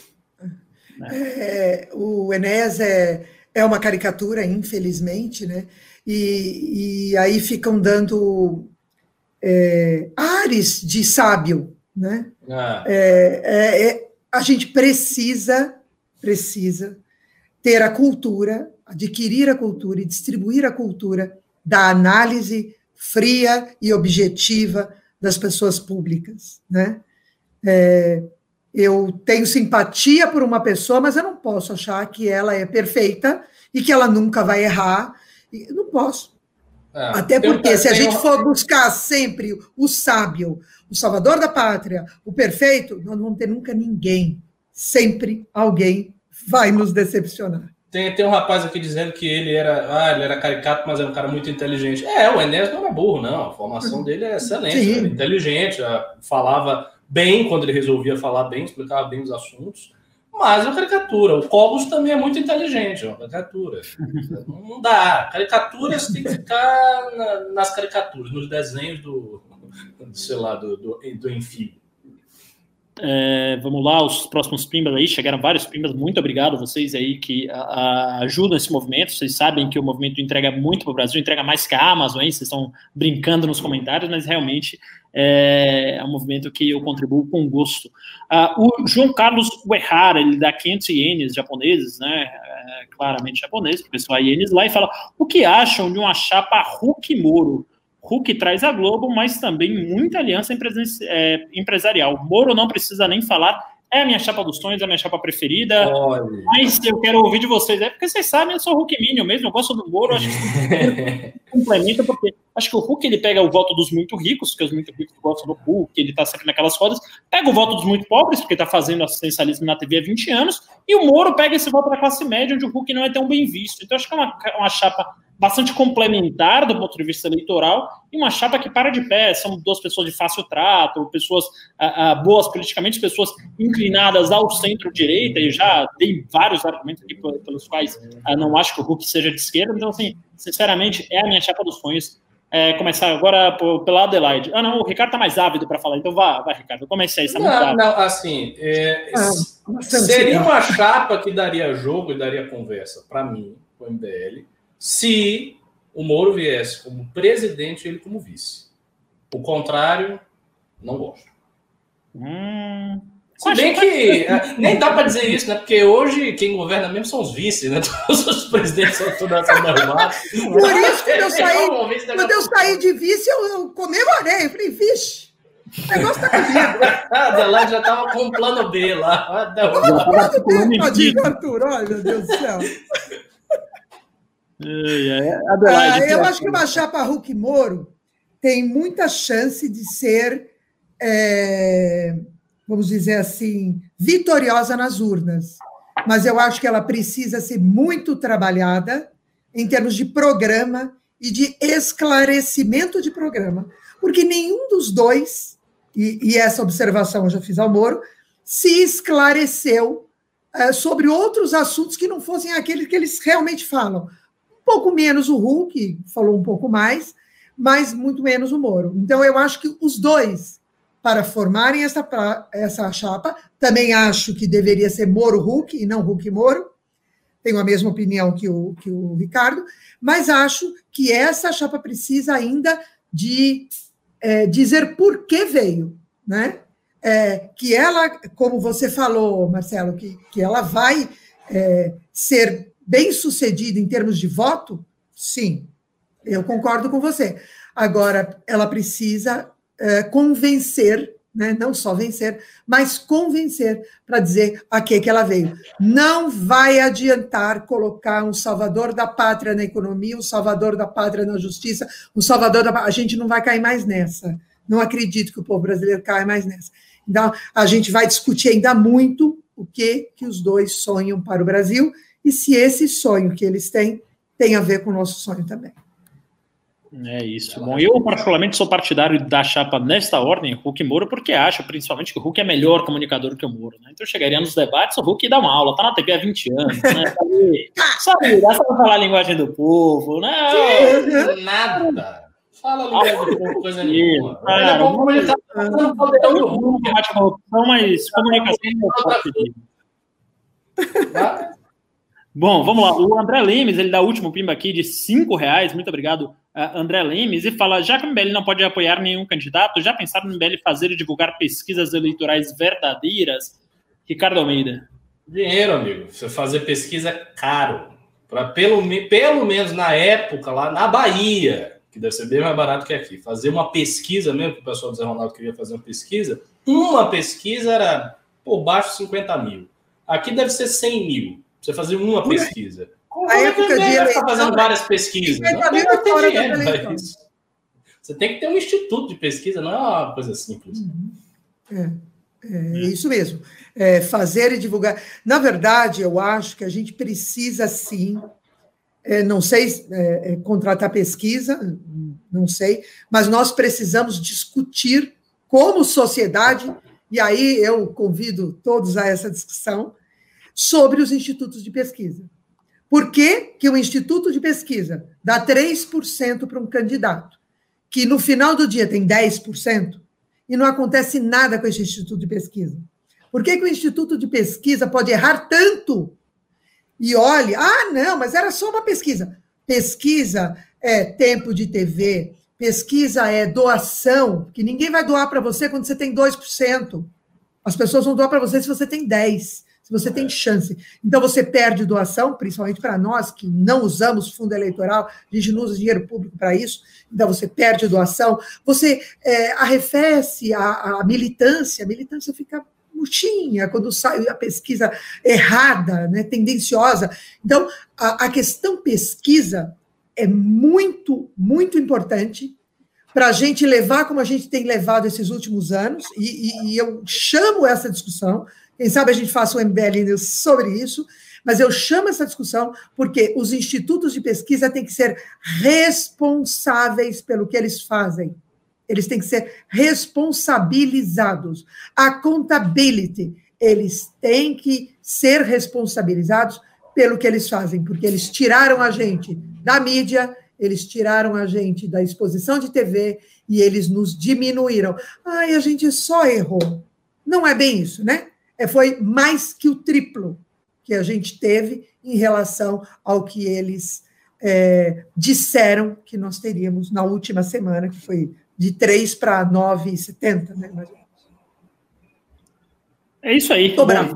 É, o Enéas é, é uma caricatura, infelizmente, né? E, e aí ficam dando é, ares de sábio, né? Ah. É, é, é, a gente precisa, precisa ter a cultura, adquirir a cultura e distribuir a cultura da análise fria e objetiva das pessoas públicas, né? É, eu tenho simpatia por uma pessoa, mas eu não posso achar que ela é perfeita e que ela nunca vai errar. Eu não posso. É, Até porque, se a gente for buscar sempre o sábio, o salvador da pátria, o perfeito, nós não vamos ter nunca ninguém. Sempre alguém vai nos decepcionar. Tem, tem um rapaz aqui dizendo que ele era, ah, ele era caricato, mas era um cara muito inteligente. É, o Enéas não era burro, não. A formação dele é excelente. Sim. Ele era inteligente, falava bem quando ele resolvia falar bem, explicava bem os assuntos. Mas é uma caricatura. O Cobos também é muito inteligente, é uma caricatura. Não dá. Caricaturas tem que ficar na, nas caricaturas, nos desenhos do, sei lá, do, do, do Enfio. É, vamos lá, os próximos pimbas aí, chegaram vários pimbas, muito obrigado a vocês aí que a, a, ajudam esse movimento. Vocês sabem que o movimento entrega muito para o Brasil, entrega mais que a Amazon, hein? Vocês estão brincando nos comentários, mas realmente é, é um movimento que eu contribuo com gosto. Uh, o João Carlos Uehara, ele dá quinhentos ienes japoneses, né? É, claramente japonês, porque só há ienes lá, e fala: o que acham de uma chapa Huck Moro? Huck traz a Globo, mas também muita aliança é, empresarial. Moro não precisa nem falar, é a minha chapa dos sonhos, é a minha chapa preferida. Olha. Mas eu quero ouvir de vocês, é porque vocês sabem, eu sou Huck Minion mesmo, eu gosto do Moro, acho que complementa, porque acho que o Huck ele pega o voto dos muito ricos, porque os muito ricos gostam do Huck, ele tá sempre naquelas rodas, pega o voto dos muito pobres, porque tá fazendo assistencialismo na T V há vinte anos, e o Moro pega esse voto da classe média, onde o Huck não é tão bem visto. Então acho que é uma, uma chapa bastante complementar do ponto de vista eleitoral, e uma chapa que para de pé. São duas pessoas de fácil trato, pessoas ah, ah, boas politicamente, pessoas inclinadas ao centro-direita, e já dei vários argumentos aqui pelos quais ah, não acho que o Huck seja de esquerda. Então, assim, sinceramente, é a minha chapa dos sonhos. É, começar agora por, pela Adelaide. Ah, não, o Ricardo tá mais ávido para falar, então vá, vai, Ricardo, comece aí. Tá não, muito não, assim, é, ah, seria uma chapa que daria jogo e daria conversa para mim, com o M B L, se o Moro viesse como presidente e ele como vice. O contrário, não gosto. Hum, Se bem que, que nem dá para dizer isso, né? Porque hoje quem governa mesmo são os vices, né? Todos os presidentes são todos arrumados. Por isso, quando eu saí, quando eu saí de vice, eu, eu comemorei. Eu falei, vixe, o negócio tá comigo. A Adelaide já estava com um plano B lá. Plano B, tadinho, Arthur, olha, meu Deus do céu. Ah, eu acho que uma chapa Huck Moro tem muita chance de ser, é, vamos dizer assim, vitoriosa nas urnas. Mas eu acho que ela precisa ser muito trabalhada em termos de programa e de esclarecimento de programa, porque nenhum dos dois, e, e essa observação eu já fiz ao Moro, se esclareceu é, sobre outros assuntos que não fossem aqueles que eles realmente falam. Um pouco menos o Huck, falou um pouco mais, mas muito menos o Moro. Então, eu acho que os dois, para formarem essa, essa chapa, também acho que deveria ser Moro-Huck e não Huck-Moro, tenho a mesma opinião que o, que o Ricardo, mas acho que essa chapa precisa ainda de é, dizer por que veio, né? É, que ela, como você falou, Marcelo, que, que ela vai é, ser bem-sucedida em termos de voto, sim, eu concordo com você. Agora, ela precisa é, convencer, né, não só vencer, mas convencer para dizer a que, que ela veio. Não vai adiantar colocar um salvador da pátria na economia, um salvador da pátria na justiça, um salvador da... A gente não vai cair mais nessa. Não acredito que o povo brasileiro caia mais nessa. Então, a gente vai discutir ainda muito o que, que os dois sonham para o Brasil e se esse sonho que eles têm tem a ver com o nosso sonho também. É isso. Bom, eu particularmente sou partidário da chapa nesta ordem, Huck e Moro, porque acho principalmente que o Huck é melhor comunicador que o Moro, né? Então eu chegaria nos debates, o Huck dá uma aula, tá na T V há vinte anos, né? Sabe, dá pra falar a linguagem do povo, né? Nada. Fala a linguagem do povo, coisa nenhuma. Cara, é bom como ele tá fazendo poder do Huck, corrupção, mas comunicação é forte dele. Bom, vamos lá. O André Lemes, ele dá o último pimba aqui de cinco reais. Muito obrigado, André Lemes. E fala, já que o M B L não pode apoiar nenhum candidato, já pensaram no M B L fazer e divulgar pesquisas eleitorais verdadeiras? Ricardo Almeida. Dinheiro, amigo. Você fazer pesquisa é caro. Pra, pelo, pelo menos na época, lá na Bahia, que deve ser bem mais barato que aqui, fazer uma pesquisa mesmo, que o pessoal do Zé Ronaldo queria fazer uma pesquisa, uma pesquisa era por baixo de cinquenta mil. Aqui deve ser cem mil. Você fazer uma pesquisa. Como a época de vai ficar fazendo várias pesquisas? Não tem que ter dinheiro para isso. Você tem que ter um instituto de pesquisa, não é uma coisa simples. É, é isso mesmo. É, fazer e divulgar. Na verdade, eu acho que a gente precisa, sim, é, não sei, é, é, contratar pesquisa, não sei, mas nós precisamos discutir como sociedade, e aí eu convido todos a essa discussão, sobre os institutos de pesquisa. Por que que o instituto de pesquisa dá três por cento para um candidato, que no final do dia tem dez por cento, e não acontece nada com esse instituto de pesquisa? Por que que o instituto de pesquisa pode errar tanto? E olhe, ah, não, mas era só uma pesquisa. Pesquisa é tempo de T V, pesquisa é doação, que ninguém vai doar para você quando você tem dois por cento. As pessoas vão doar para você se você tem dez por cento. Se você tem chance. Então, você perde doação, principalmente para nós, que não usamos fundo eleitoral, a gente não usa dinheiro público para isso, então você perde doação, você é, arrefece a, a militância, a militância fica murchinha quando sai a pesquisa errada, né, tendenciosa. Então, a, a questão pesquisa é muito, muito importante para a gente levar como a gente tem levado esses últimos anos, e, e, e eu chamo essa discussão. Quem sabe a gente faça um M B L News sobre isso, mas eu chamo essa discussão porque os institutos de pesquisa têm que ser responsáveis pelo que eles fazem. Eles têm que ser responsabilizados. Accountability. Eles têm que ser responsabilizados pelo que eles fazem, porque eles tiraram a gente da mídia, eles tiraram a gente da exposição de T V e eles nos diminuíram. Ai, a gente só errou. Não é bem isso, né? Foi mais que o triplo que a gente teve em relação ao que eles é, disseram que nós teríamos na última semana, que foi de três para nove vírgula setenta, né, mais ou menos. É isso aí. Tô bravo.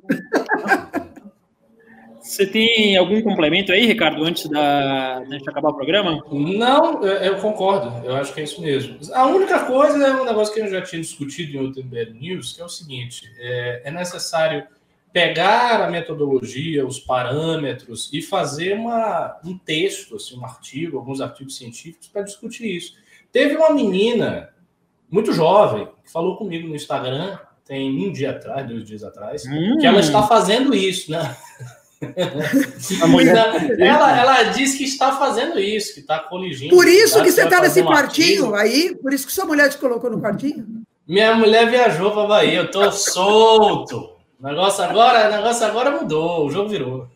Você tem algum complemento aí, Ricardo, antes da, da gente acabar o programa? Não, eu concordo. Eu acho que é isso mesmo. A única coisa é um negócio que eu já tinha discutido em outro M B L News, que é o seguinte, é, é necessário pegar a metodologia, os parâmetros e fazer uma, um texto, assim, um artigo, alguns artigos científicos para discutir isso. Teve uma menina muito jovem que falou comigo no Instagram, tem um dia atrás, dois dias atrás, hum. que ela está fazendo isso, né? A mulher... ela, ela diz que está fazendo isso, que está coligindo. Por isso que você está nesse quartinho aí? Por isso que sua mulher te colocou no quartinho? Minha mulher viajou para a Bahia, eu estou solto. O negócio agora, o negócio agora mudou, o jogo virou.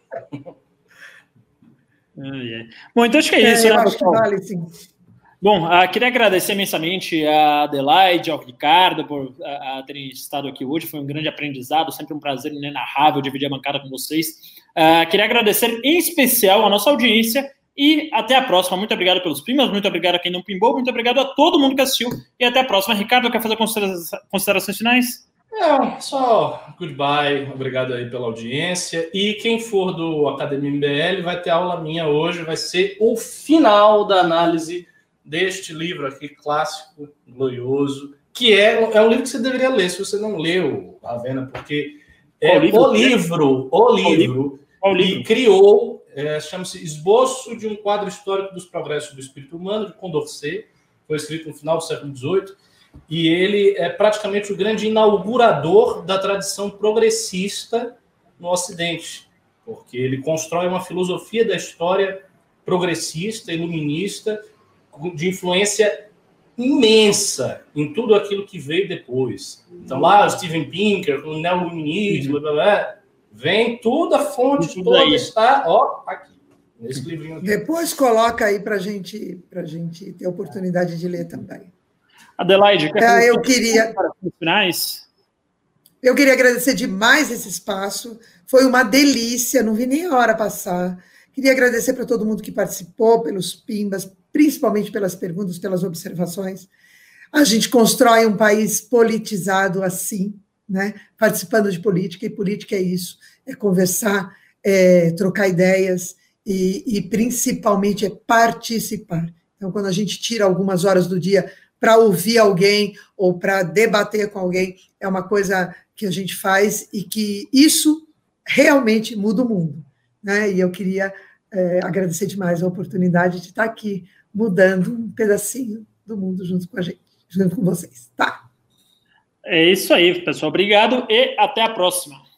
Bom, então acho que é isso, é, né, eu acho pessoal? que vale, sim. Bom, uh, queria agradecer imensamente a Adelaide, ao Ricardo, por uh, uh, terem estado aqui hoje. Foi um grande aprendizado, sempre um prazer inenarrável dividir a bancada com vocês. Uh, queria agradecer em especial a nossa audiência e até a próxima. Muito obrigado pelos pimbas, muito obrigado a quem não pimbou, muito obrigado a todo mundo que assistiu e até a próxima. Ricardo, quer fazer considera considerações finais? Não, só goodbye, obrigado aí pela audiência. E quem for do Academia M B L vai ter aula minha hoje, vai ser o final da análise deste livro aqui, clássico, glorioso, que é, é um livro que você deveria ler, se você não leu, Ravena, porque é o livro, o livro, o livro, o livro. e criou, é, chama-se Esboço de um Quadro Histórico dos Progressos do Espírito Humano, de Condorcet, foi escrito no final do século dezoito, e ele é praticamente o grande inaugurador da tradição progressista no Ocidente, porque ele constrói uma filosofia da história progressista, iluminista, de influência imensa em tudo aquilo que veio depois. Então, lá, o Steven Pinker, o neoluminismo, uhum. blá, blá, blá, vem toda a fonte, tudo toda aí. Está, ó, aqui, nesse livrinho aqui. Depois coloca aí para gente, a gente ter a oportunidade de ler também. Adelaide, quer é, eu queria finais? Eu queria agradecer demais esse espaço. Foi uma delícia, não vi nem a hora passar. Queria agradecer para todo mundo que participou, pelos pimbas, principalmente pelas perguntas, pelas observações. A gente constrói um país politizado assim, né? Participando de política, e política é isso, é conversar, é trocar ideias e, e principalmente é participar. Então, quando a gente tira algumas horas do dia para ouvir alguém ou para debater com alguém, é uma coisa que a gente faz e que isso realmente muda o mundo, né? E eu queria é, agradecer demais a oportunidade de estar aqui mudando um pedacinho do mundo junto com a gente, junto com vocês, tá? É isso aí, pessoal. Obrigado e até a próxima.